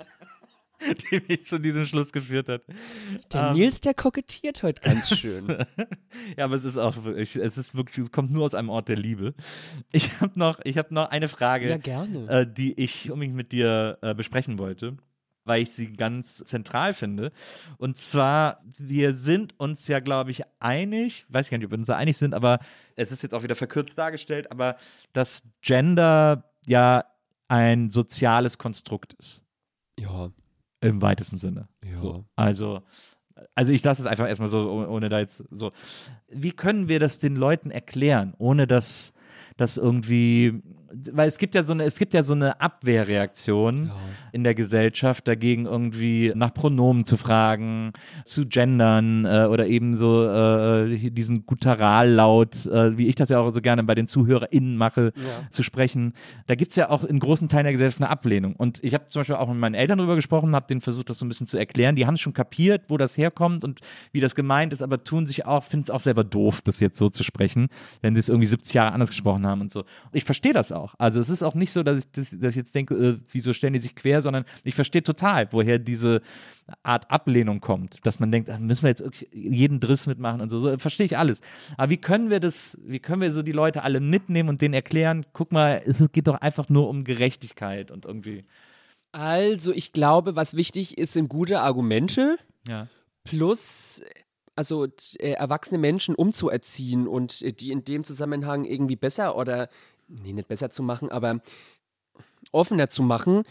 S8: die mich zu diesem Schluss geführt hat.
S7: Der um, Nils, der kokettiert heute ganz schön.
S8: Ja, aber es ist auch, ich, es ist wirklich, es kommt nur aus einem Ort der Liebe. Ich habe noch, ich habe noch eine Frage,
S7: ja, gerne.
S8: Äh, die ich unbedingt mit dir äh, besprechen wollte, weil ich sie ganz zentral finde. Und zwar, wir sind uns ja, glaube ich, einig, weiß ich gar nicht, ob wir uns da einig sind, aber es ist jetzt auch wieder verkürzt dargestellt, aber dass Gender ja ein soziales Konstrukt ist.
S7: Ja.
S8: Im weitesten Sinne.
S7: Ja.
S8: So, also, also ich lasse es einfach erstmal so, ohne da jetzt so. Wie können wir das den Leuten erklären, ohne dass das irgendwie, weil es gibt ja so eine, es gibt ja so eine Abwehrreaktion ja. in der Gesellschaft dagegen, irgendwie nach Pronomen zu fragen, zu gendern äh, oder eben so äh, diesen Gutterallaut, äh, wie ich das ja auch so gerne bei den ZuhörerInnen mache, ja. zu sprechen. Da gibt es ja auch in großen Teilen der Gesellschaft eine Ablehnung. Und ich habe zum Beispiel auch mit meinen Eltern drüber gesprochen, habe denen versucht, das so ein bisschen zu erklären. Die haben es schon kapiert, wo das herkommt und wie das gemeint ist, aber tun sich auch, finden es auch selber doof, das jetzt so zu sprechen, wenn sie es irgendwie siebzig Jahre anders gesprochen haben und so. Und ich verstehe das auch. Also es ist auch nicht so, dass ich, dass, dass ich jetzt denke, äh, wieso stellen die sich quer, sondern ich verstehe total, woher diese Art Ablehnung kommt. Dass man denkt, ach, müssen wir jetzt jeden Driss mitmachen und so. so. Verstehe ich alles. Aber wie können wir das, wie können wir so die Leute alle mitnehmen und denen erklären, guck mal, es geht doch einfach nur um Gerechtigkeit und irgendwie.
S7: Also ich glaube, was wichtig ist, sind gute Argumente.
S8: Ja.
S7: Plus, also äh, erwachsene Menschen umzuerziehen und äh, die in dem Zusammenhang irgendwie besser oder, nee, nicht besser zu machen, aber offener zu machen,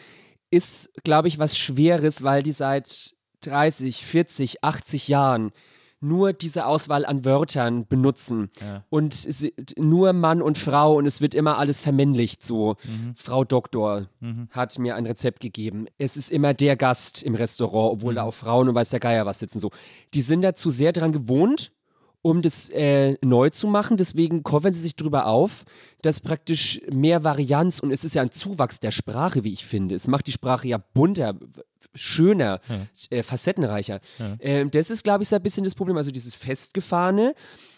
S7: ist, glaube ich, was Schweres, weil die seit dreißig, vierzig, achtzig Jahren nur diese Auswahl an Wörtern benutzen
S8: Ja.
S7: und es, nur Mann und Frau und es wird immer alles vermännlicht so.
S8: Mhm.
S7: Frau Doktor
S8: Mhm.
S7: hat mir ein Rezept gegeben. Es ist immer der Gast im Restaurant, obwohl mhm. da auch Frauen und weiß der Geier was sitzen so. Die sind dazu sehr dran gewohnt, um das äh, neu zu machen. Deswegen covern sie sich drüber auf, dass praktisch mehr Varianz und es ist ja ein Zuwachs der Sprache, wie ich finde. Es macht die Sprache ja bunter, schöner,
S8: Ja.
S7: äh, facettenreicher.
S8: Ja.
S7: Ähm, das ist, glaube ich, so ein bisschen das Problem. Also dieses Festgefahrene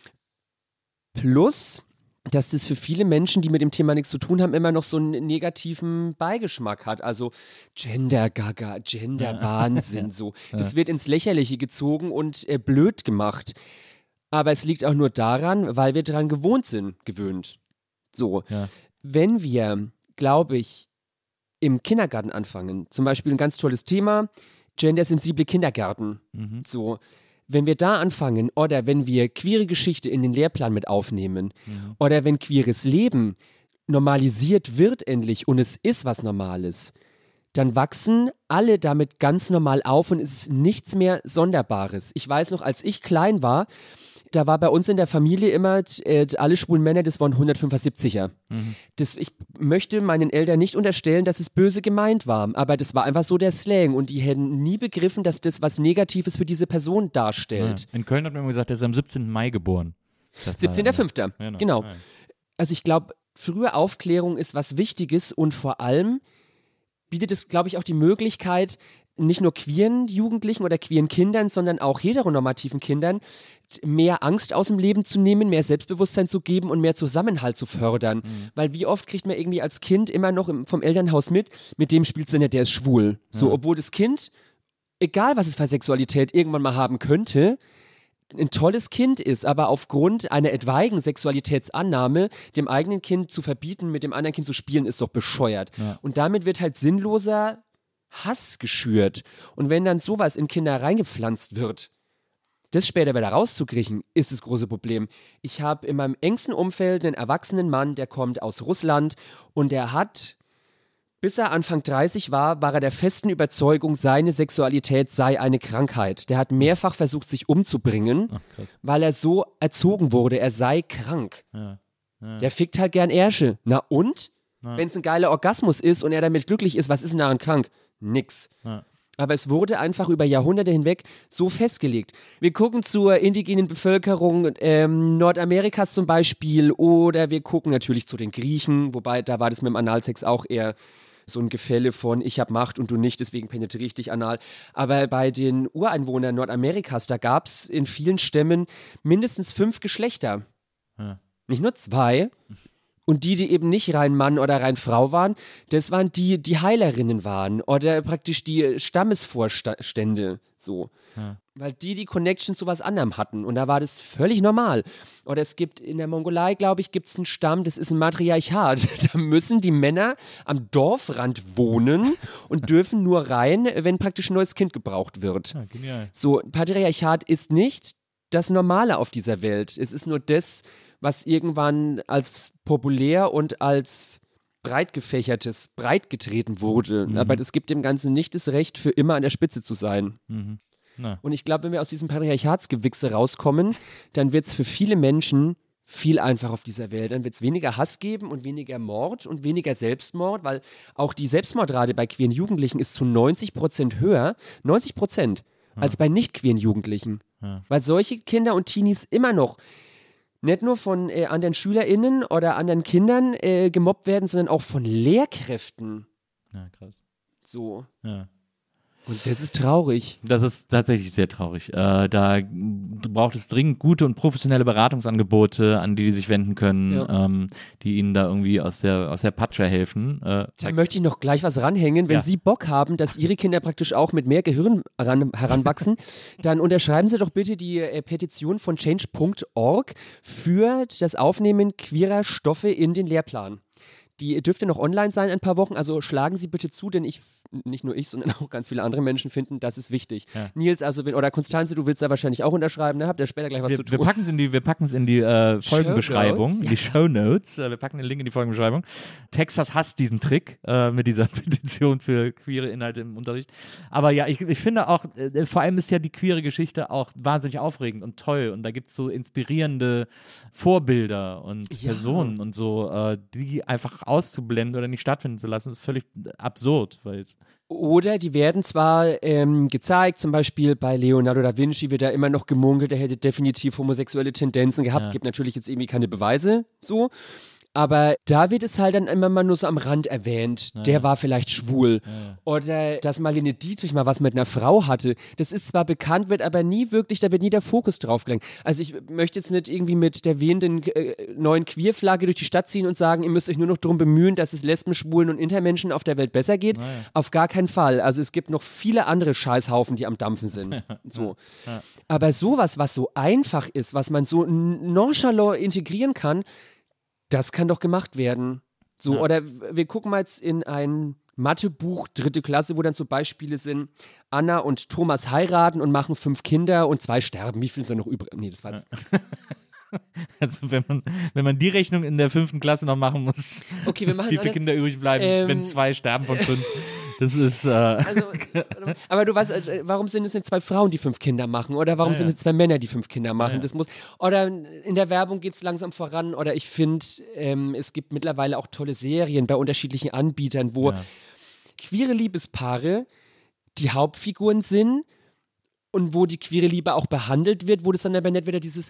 S7: plus, dass das für viele Menschen, die mit dem Thema nichts zu tun haben, immer noch so einen negativen Beigeschmack hat. Also Gender-Gaga, Gender-Wahnsinn, so. Das wird ins Lächerliche gezogen und äh, blöd gemacht. Aber es liegt auch nur daran, weil wir daran gewohnt sind, gewöhnt. So.
S8: Ja.
S7: Wenn wir, glaube ich, im Kindergarten anfangen, zum Beispiel ein ganz tolles Thema, gendersensible Kindergärten.
S8: Mhm.
S7: So, wenn wir da anfangen oder wenn wir queere Geschichte in den Lehrplan mit aufnehmen
S8: Mhm.
S7: oder wenn queeres Leben normalisiert wird endlich und es ist was Normales, dann wachsen alle damit ganz normal auf und es ist nichts mehr Sonderbares. Ich weiß noch, als ich klein war, da war bei uns in der Familie immer, äh, alle schwulen Männer, das waren hundertfünfundsiebziger.
S8: Mhm.
S7: Das, ich möchte meinen Eltern nicht unterstellen, dass es böse gemeint war, aber das war einfach so der Slang und die hätten nie begriffen, dass das was Negatives für diese Person darstellt.
S8: Ja. In Köln hat man immer gesagt, er ist am siebzehnten Mai geboren. Das
S7: siebzehnter
S8: war-
S7: fünfter
S8: Genau.
S7: Genau.
S8: Ja.
S7: Also ich glaube, frühe Aufklärung ist was Wichtiges und vor allem bietet es, glaube ich, auch die Möglichkeit, nicht nur queeren Jugendlichen oder queeren Kindern, sondern auch heteronormativen Kindern mehr Angst aus dem Leben zu nehmen, mehr Selbstbewusstsein zu geben und mehr Zusammenhalt zu fördern.
S8: Mhm.
S7: Weil wie oft kriegt man irgendwie als Kind immer noch im, vom Elternhaus mit, mit dem spielst du nicht, der ist schwul. So,
S8: Ja.
S7: obwohl das Kind, egal was es für Sexualität irgendwann mal haben könnte, ein tolles Kind ist, aber aufgrund einer etwaigen Sexualitätsannahme dem eigenen Kind zu verbieten, mit dem anderen Kind zu spielen, ist doch bescheuert.
S8: Ja.
S7: Und damit wird halt sinnloser Hass geschürt. Und wenn dann sowas in Kinder reingepflanzt wird, das später wieder rauszukriegen, ist das große Problem. Ich habe in meinem engsten Umfeld einen erwachsenen Mann, der kommt aus Russland und der hat, bis er Anfang dreißig war, war er der festen Überzeugung, seine Sexualität sei eine Krankheit. Der hat mehrfach versucht, sich umzubringen,
S8: Ach, krass.
S7: weil er so erzogen wurde, er sei krank.
S8: Ja. Ja.
S7: Der fickt halt gern Ärsche. Na und?
S8: Ja.
S7: Wenn es ein geiler Orgasmus ist und er damit glücklich ist, was ist denn daran krank? Nix.
S8: Ja.
S7: Aber es wurde einfach über Jahrhunderte hinweg so festgelegt. Wir gucken zur indigenen Bevölkerung ähm, Nordamerikas zum Beispiel oder wir gucken natürlich zu den Griechen, wobei da war das mit dem Analsex auch eher so ein Gefälle von ich hab Macht und du nicht, deswegen penetriere ich dich anal. Aber bei den Ureinwohnern Nordamerikas, da gab es in vielen Stämmen mindestens fünf Geschlechter.
S8: Ja.
S7: Nicht nur zwei. Und die, die eben nicht rein Mann oder rein Frau waren, das waren die, die Heilerinnen waren oder praktisch die Stammesvorstände, so.
S8: Ja.
S7: Weil die die Connection zu was anderem hatten und da war das völlig normal. Oder es gibt in der Mongolei, glaube ich, gibt es einen Stamm, das ist ein Matriarchat. Da müssen die Männer am Dorfrand wohnen und dürfen nur rein, wenn praktisch ein neues Kind gebraucht wird.
S8: Ja, genial.
S7: So, Patriarchat ist nicht das Normale auf dieser Welt. Es ist nur das, was irgendwann als populär und als breit gefächertes breitgetreten wurde.
S8: Mhm.
S7: Aber das gibt dem Ganzen nicht das Recht, für immer an der Spitze zu sein.
S8: Mhm. Na.
S7: Und ich glaube, wenn wir aus diesem Patriarchatsgewichse rauskommen, dann wird es für viele Menschen viel einfacher auf dieser Welt. Dann wird es weniger Hass geben und weniger Mord und weniger Selbstmord, weil auch die Selbstmordrate bei queeren Jugendlichen ist zu neunzig Prozent höher, neunzig Prozent, als bei nicht queeren Jugendlichen.
S8: Ja.
S7: Weil solche Kinder und Teenies immer noch nicht nur von äh, anderen SchülerInnen oder anderen Kindern äh, gemobbt werden, sondern auch von Lehrkräften.
S8: Ja, krass.
S7: So.
S8: Ja.
S7: Und das ist traurig.
S8: Das ist tatsächlich sehr traurig. Äh, da braucht es dringend gute und professionelle Beratungsangebote, an die die sich wenden können,
S7: Ja.
S8: ähm, die ihnen da irgendwie aus der, aus der Patsche helfen. Äh,
S7: Da möchte ich noch gleich was ranhängen. Wenn
S8: Ja.
S7: Sie Bock haben, dass Ihre Kinder praktisch auch mit mehr Gehirn heran, heranwachsen, dann unterschreiben Sie doch bitte die äh, Petition von change punkt org für das Aufnehmen queerer Stoffe in den Lehrplan. Die dürfte noch online sein ein paar Wochen, also schlagen Sie bitte zu, denn ich nicht nur ich, sondern auch ganz viele andere Menschen finden, das ist wichtig.
S8: Ja.
S7: Nils, also, wenn, oder Konstanze, du willst da wahrscheinlich auch unterschreiben, ne? Habt ihr später gleich was
S8: wir,
S7: zu tun?
S8: Wir packen es in die, wir packen's in die äh, Folgenbeschreibung,
S7: Shownotes,
S8: in die Shownotes. Äh, wir packen den Link in die Folgenbeschreibung. Texas hasst diesen Trick äh, mit dieser Petition für queere Inhalte im Unterricht. Aber ja, ich, ich finde auch, äh, vor allem ist ja die queere Geschichte auch wahnsinnig aufregend und toll. Und da gibt es so inspirierende Vorbilder und
S7: Ja.
S8: Personen und so, äh, die einfach auszublenden oder nicht stattfinden zu lassen, ist völlig absurd, weil es
S7: Oder die werden zwar ähm, gezeigt, zum Beispiel bei Leonardo da Vinci wird da immer noch gemunkelt, er hätte definitiv homosexuelle Tendenzen gehabt,
S8: Ja.
S7: gibt natürlich jetzt irgendwie keine Beweise, so. Aber da wird es halt dann immer mal nur so am Rand erwähnt, der war vielleicht schwul. Oder dass Marlene Dietrich mal was mit einer Frau hatte. Das ist zwar bekannt, wird aber nie wirklich, da wird nie der Fokus drauf gelenkt. Also ich möchte jetzt nicht irgendwie mit der wehenden äh, neuen Queer-Flagge durch die Stadt ziehen und sagen, ihr müsst euch nur noch darum bemühen, dass es Lesben, Schwulen und Intermenschen auf der Welt besser geht. Auf gar keinen Fall. Also es gibt noch viele andere Scheißhaufen, die am Dampfen sind. So. Aber sowas, was so einfach ist, was man so nonchalant integrieren kann, das kann doch gemacht werden. So,
S8: Ja.
S7: oder wir gucken mal jetzt in ein Mathebuch, dritte Klasse, wo dann so Beispiele sind, Anna und Thomas heiraten und machen fünf Kinder und zwei sterben. Wie viel sind noch übrig? Nee, das war jetzt.
S8: Also wenn man, wenn man die Rechnung in der fünften Klasse noch machen muss,
S7: Okay, wir machen
S8: wie viele
S7: alles-
S8: Kinder übrig bleiben,
S7: Ähm,
S8: wenn zwei sterben von fünf. Das ist, äh,
S7: Also, aber du weißt, äh, warum sind es nicht zwei Frauen, die fünf Kinder machen? Oder warum
S8: Ja,
S7: sind
S8: ja.
S7: es zwei Männer, die fünf Kinder machen?
S8: Ja, ja.
S7: Das muss, oder in der Werbung geht es langsam voran. Oder ich finde, ähm, es gibt mittlerweile auch tolle Serien bei unterschiedlichen Anbietern, wo
S8: Ja.
S7: queere Liebespaare die Hauptfiguren sind und wo die queere Liebe auch behandelt wird, wo das dann aber nicht wieder dieses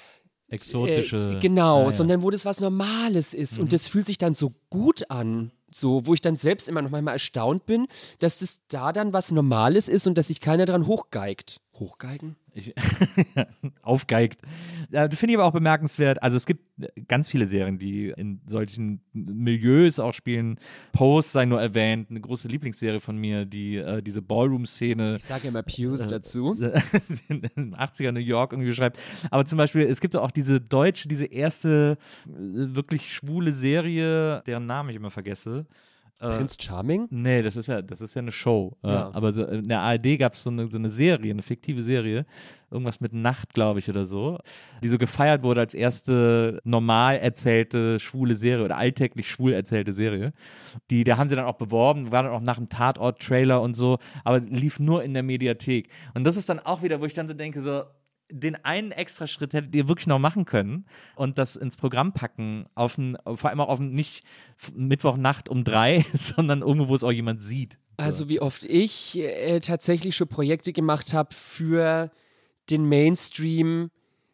S8: exotische.
S7: Äh, genau,
S8: Ja, ja.
S7: sondern wo das was Normales ist. Und das fühlt sich dann so gut an. So, wo ich dann selbst immer noch manchmal erstaunt bin, dass das da dann was Normales ist und dass sich keiner dran hochgeigt. Hochgeigen?
S8: Ich, aufgeigt. Ja, das finde ich aber auch bemerkenswert. Also es gibt ganz viele Serien, die in solchen Milieus auch spielen. Pose sei nur erwähnt, eine große Lieblingsserie von mir, die äh, diese Ballroom-Szene
S7: Ich sage ja immer Pews dazu.
S8: in den achtziger New York irgendwie beschreibt. Aber zum Beispiel, es gibt auch diese deutsche, diese erste äh, wirklich schwule Serie, deren Namen ich immer vergesse. Äh,
S7: Prince Charming?
S8: Nee, das ist ja, das ist ja eine Show.
S7: Ja.
S8: Äh, aber so, in der A R D gab es so eine, so eine Serie, eine fiktive Serie, irgendwas mit Nacht, glaube ich, oder so, die so gefeiert wurde als erste normal erzählte schwule Serie oder alltäglich schwul erzählte Serie. Die, da haben sie dann auch beworben, war dann auch nach dem Tatort-Trailer und so, aber lief nur in der Mediathek. Und das ist dann auch wieder, wo ich dann so denke, so, den einen extra Schritt hättet ihr wirklich noch machen können und das ins Programm packen, auf ein, vor allem auch auf ein, nicht Mittwochnacht um drei, sondern irgendwo, wo es auch jemand sieht.
S7: Also wie oft ich äh, tatsächlich schon Projekte gemacht habe für den Mainstream,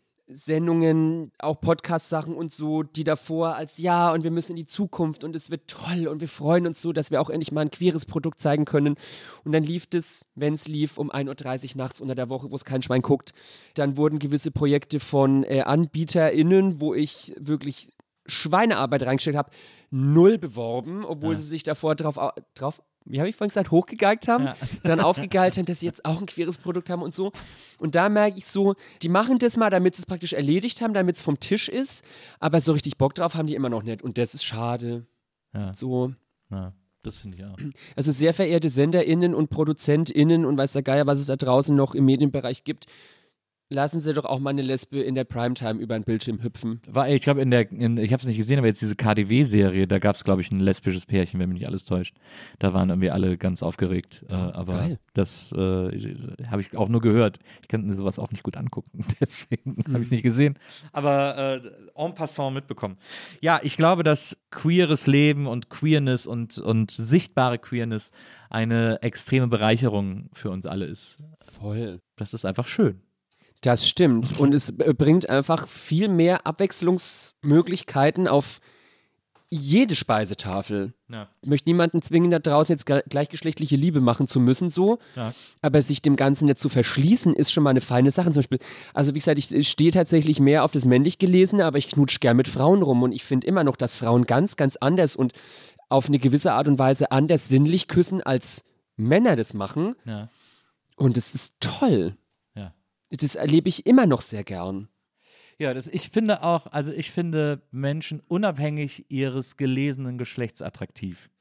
S7: Sendungen, auch Podcast-Sachen und so, die davor als ja und wir müssen in die Zukunft und es wird toll und wir freuen uns so, dass wir auch endlich mal ein queeres Produkt zeigen können. Und dann lief das, wenn es lief, um ein Uhr dreißig nachts unter der Woche, wo es kein Schwein guckt. Dann wurden gewisse Projekte von äh, AnbieterInnen, wo ich wirklich Schweinearbeit reingesteckt habe, null beworben, obwohl
S8: Ja.
S7: sie sich davor drauf, au- drauf wie habe ich vorhin gesagt, hochgegeigt haben,
S8: Ja.
S7: dann aufgegeigt haben, dass sie jetzt auch ein queeres Produkt haben und so. Und da merke ich so, die machen das mal, damit sie es praktisch erledigt haben, damit es vom Tisch ist, aber so richtig Bock drauf haben die immer noch nicht. Und das ist schade.
S8: Ja,
S7: So.
S8: ja das finde ich auch.
S7: Also sehr verehrte SenderInnen und ProduzentInnen und weiß der Geier, was es da draußen noch im Medienbereich gibt, lassen Sie doch auch mal eine Lesbe in der Primetime über den Bildschirm hüpfen.
S8: War, ich glaube, in der, in, ich habe es nicht gesehen, aber jetzt diese K D W-Serie, da gab es, glaube ich, ein lesbisches Pärchen, wenn mich nicht alles täuscht. Da waren irgendwie alle ganz aufgeregt. Äh, aber
S7: geil.
S8: das äh, habe ich auch nur gehört. Ich kann mir sowas auch nicht gut angucken, deswegen habe ich es nicht gesehen. Aber äh, en passant mitbekommen. Ja, ich glaube, dass queeres Leben und Queerness und, und sichtbare Queerness eine extreme Bereicherung für uns alle ist.
S7: Voll.
S8: Das ist einfach schön.
S7: Das stimmt. Und es äh, bringt einfach viel mehr Abwechslungsmöglichkeiten auf jede Speisetafel.
S8: Ja.
S7: Ich möchte niemanden zwingen, da draußen jetzt ge- gleichgeschlechtliche Liebe machen zu müssen, so.
S8: Ja.
S7: Aber sich dem Ganzen nicht zu verschließen, ist schon mal eine feine Sache. Zum Beispiel, also wie gesagt, ich ich stehe tatsächlich mehr auf das männlich Gelesene, aber ich knutsch gern mit Frauen rum und ich finde immer noch, dass Frauen ganz, ganz anders und auf eine gewisse Art und Weise anders sinnlich küssen, als Männer das machen.
S8: Ja.
S7: Und es ist toll.
S8: Ja.
S7: Das erlebe ich immer noch sehr gern.
S8: Ja, das, ich finde auch, also ich finde Menschen unabhängig ihres gelesenen Geschlechts attraktiv.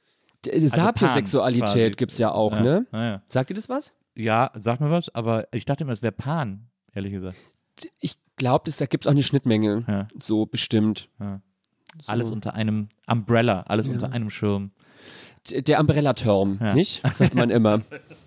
S7: D- Sapiosexualität
S8: quasi.
S7: gibt's ja auch,
S8: Ja.
S7: ne?
S8: Ah, ja.
S7: Sagt ihr das was?
S8: Ja, sag mir was, aber ich dachte immer, es wäre Pan, ehrlich gesagt.
S7: Ich glaube, da gibt's auch eine Schnittmenge.
S8: Ja.
S7: So bestimmt.
S8: Ja.
S7: So.
S8: Alles unter einem Umbrella, alles
S7: Ja.
S8: unter einem Schirm.
S7: D- Der Umbrella-Term,
S8: Ja.
S7: nicht? Sagt man immer.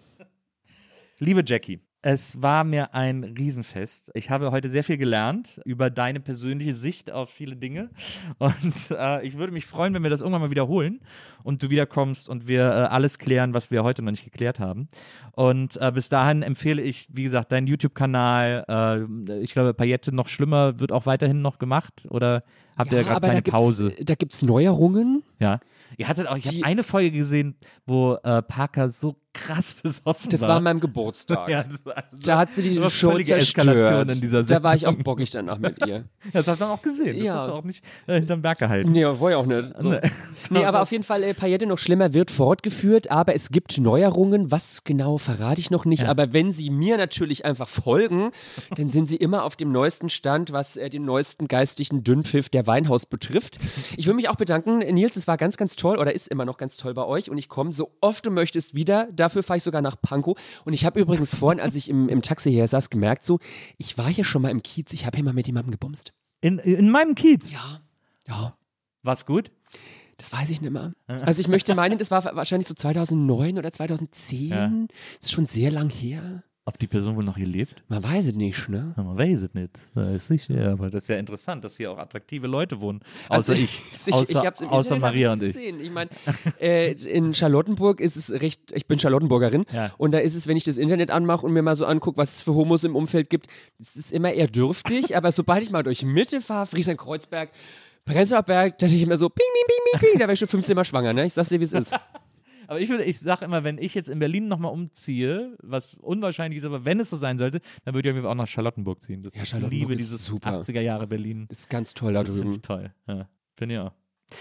S8: Liebe Jackie, es war mir ein Riesenfest. Ich habe heute sehr viel gelernt über deine persönliche Sicht auf viele Dinge. Und äh, ich würde mich freuen, wenn wir das irgendwann mal wiederholen und du wiederkommst und wir äh, alles klären, was wir heute noch nicht geklärt haben. Und äh, bis dahin empfehle ich, wie gesagt, deinen YouTube-Kanal. Äh, ich glaube, Paillette noch schlimmer wird auch weiterhin noch gemacht. Oder habt ihr
S7: Ja,
S8: gerade
S7: aber
S8: kleine
S7: da gibt's,
S8: Pause?
S7: Da gibt's Neuerungen.
S8: Ja. Ihr hattet auch, ich
S7: Die-
S8: habe eine Folge gesehen, wo äh, Parker so krass besoffen
S7: Das
S8: war.
S7: war an meinem Geburtstag.
S8: Ja, das war- also
S7: Da hat sie die
S8: das war
S7: Show
S8: völlige
S7: zerstört.
S8: Eskalation in dieser
S7: Da war ich auch
S8: Sendung.
S7: bockig danach mit ihr.
S8: Das hast du auch gesehen. Das
S7: Ja.
S8: hast du auch nicht äh, hinterm Berg gehalten.
S7: Nee, war ja auch nicht. So.
S8: Nee.
S7: Nee, aber auf jeden Fall, äh, Paillette noch schlimmer wird fortgeführt, aber es gibt Neuerungen. Was genau verrate ich noch nicht.
S8: Ja.
S7: Aber wenn Sie mir natürlich einfach folgen, dann sind Sie immer auf dem neuesten Stand, was äh, den neuesten geistigen Dünnpfiff der Weinhaus betrifft. Ich will mich auch bedanken, Nils, es war ganz, ganz toll oder ist immer noch ganz toll bei euch und ich komme so oft du möchtest wieder. Dafür fahre ich sogar nach Pankow. Und ich habe übrigens vorhin, als ich im, im Taxi hier saß, gemerkt so, ich war hier schon mal im Kiez, ich habe hier mal mit jemandem gebumst.
S8: In, in meinem Kiez.
S7: Ja, ja.
S8: War's gut?
S7: Das weiß ich nicht mehr. Also ich möchte meinen, das war wahrscheinlich so zweitausendneun oder zweitausendzehn.
S8: Ja.
S7: Das ist schon sehr lang her.
S8: Ob die Person wohl noch hier lebt?
S7: Man weiß es nicht, ne?
S8: Ja, man weiß es nicht. Das ist sicher, aber das ist ja interessant, dass hier auch attraktive Leute wohnen.
S7: Also
S8: Außer ich.
S7: ich,
S8: außer
S7: ich hab's im
S8: außer
S7: Internet
S8: Maria
S7: hab
S8: und
S7: ich's
S8: ich.
S7: gesehen. Ich meine, äh, in Charlottenburg ist es recht, ich bin Charlottenburgerin
S8: Ja.
S7: und da ist es, wenn ich das Internet anmache und mir mal so angucke, was es für Homos im Umfeld gibt, es ist immer eher dürftig, aber sobald ich mal durch Mitte fahre, Friesland-Kreuzberg, Prenzlauer Berg, da denke ich immer so, ping, ping, ping, ping, ping, da wäre ich schon fünfzehn Mal schwanger, ne? Ich sag's dir, wie es ist.
S8: Aber ich würde, ich sage immer, wenn ich jetzt in Berlin nochmal umziehe, was unwahrscheinlich ist, aber wenn es so sein sollte, dann würde ich auf jeden Fall auch nach Charlottenburg ziehen. Das
S7: Ja,
S8: ich
S7: Charlottenburg
S8: liebe
S7: ist
S8: dieses
S7: super.
S8: achtziger Jahre Berlin.
S7: Das ist ganz toll da
S8: Das
S7: drüben.
S8: finde ich toll. Ja, finde ich auch.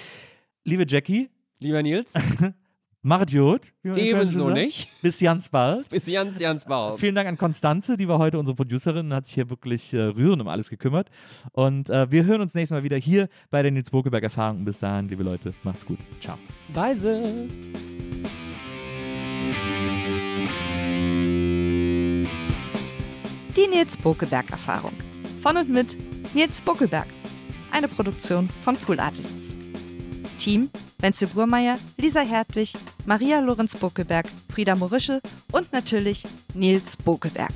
S8: Liebe Jackie,
S7: Lieber Nils,
S8: macht gut. wie man in Köln
S7: ebenso
S8: sagt.
S7: nicht.
S8: Bis ganz bald.
S7: Bis ganz, ganz bald.
S8: Vielen Dank an Konstanze, die war heute unsere Producerin und hat sich hier wirklich äh, rührend um alles gekümmert. Und äh, wir hören uns nächstes Mal wieder hier bei der Nils Bokeberg Erfahrung. Und bis dahin, liebe Leute, macht's gut. Ciao.
S7: Weise.
S9: Die Nils Bokeberg Erfahrung. Von und mit Nils Bokeberg. Eine Produktion von Pool Artists. Team: Wenzel Burmeier, Lisa Hertwig, Maria Lorenz Bokeberg, Frieda Morische und natürlich Nils Bokeberg.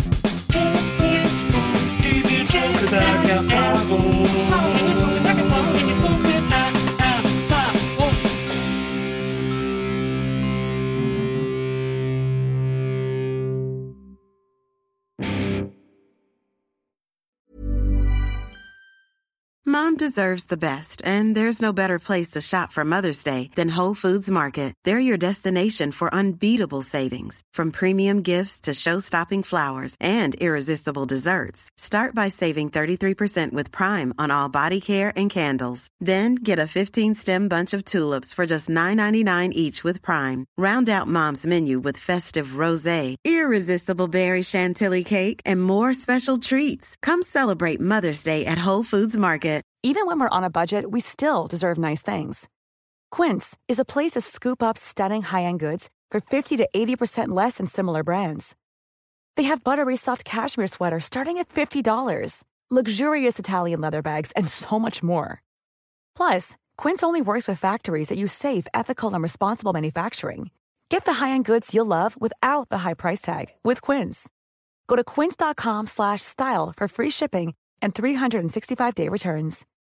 S10: Mom deserves the best, and there's no better place to shop for Mother's Day than Whole Foods Market. They're your destination for unbeatable savings, from premium gifts to show-stopping flowers and irresistible desserts. Start by saving thirty-three percent with Prime on all body care and candles. Then get a fifteen-stem bunch of tulips for just nine ninety-nine each with Prime. Round out Mom's menu with festive rosé, irresistible berry chantilly cake, and more special treats. Come celebrate Mother's Day at Whole Foods Market.
S11: Even when we're on a budget, we still deserve nice things. Quince is a place to scoop up stunning high-end goods for fifty to eighty percent less than similar brands. They have buttery soft cashmere sweaters starting at fifty dollars, luxurious Italian leather bags, and so much more. Plus, Quince only works with factories that use safe, ethical, and responsible manufacturing. Get the high-end goods you'll love without the high price tag with Quince. Go to quince.com slash style for free shipping and three sixty-five day returns.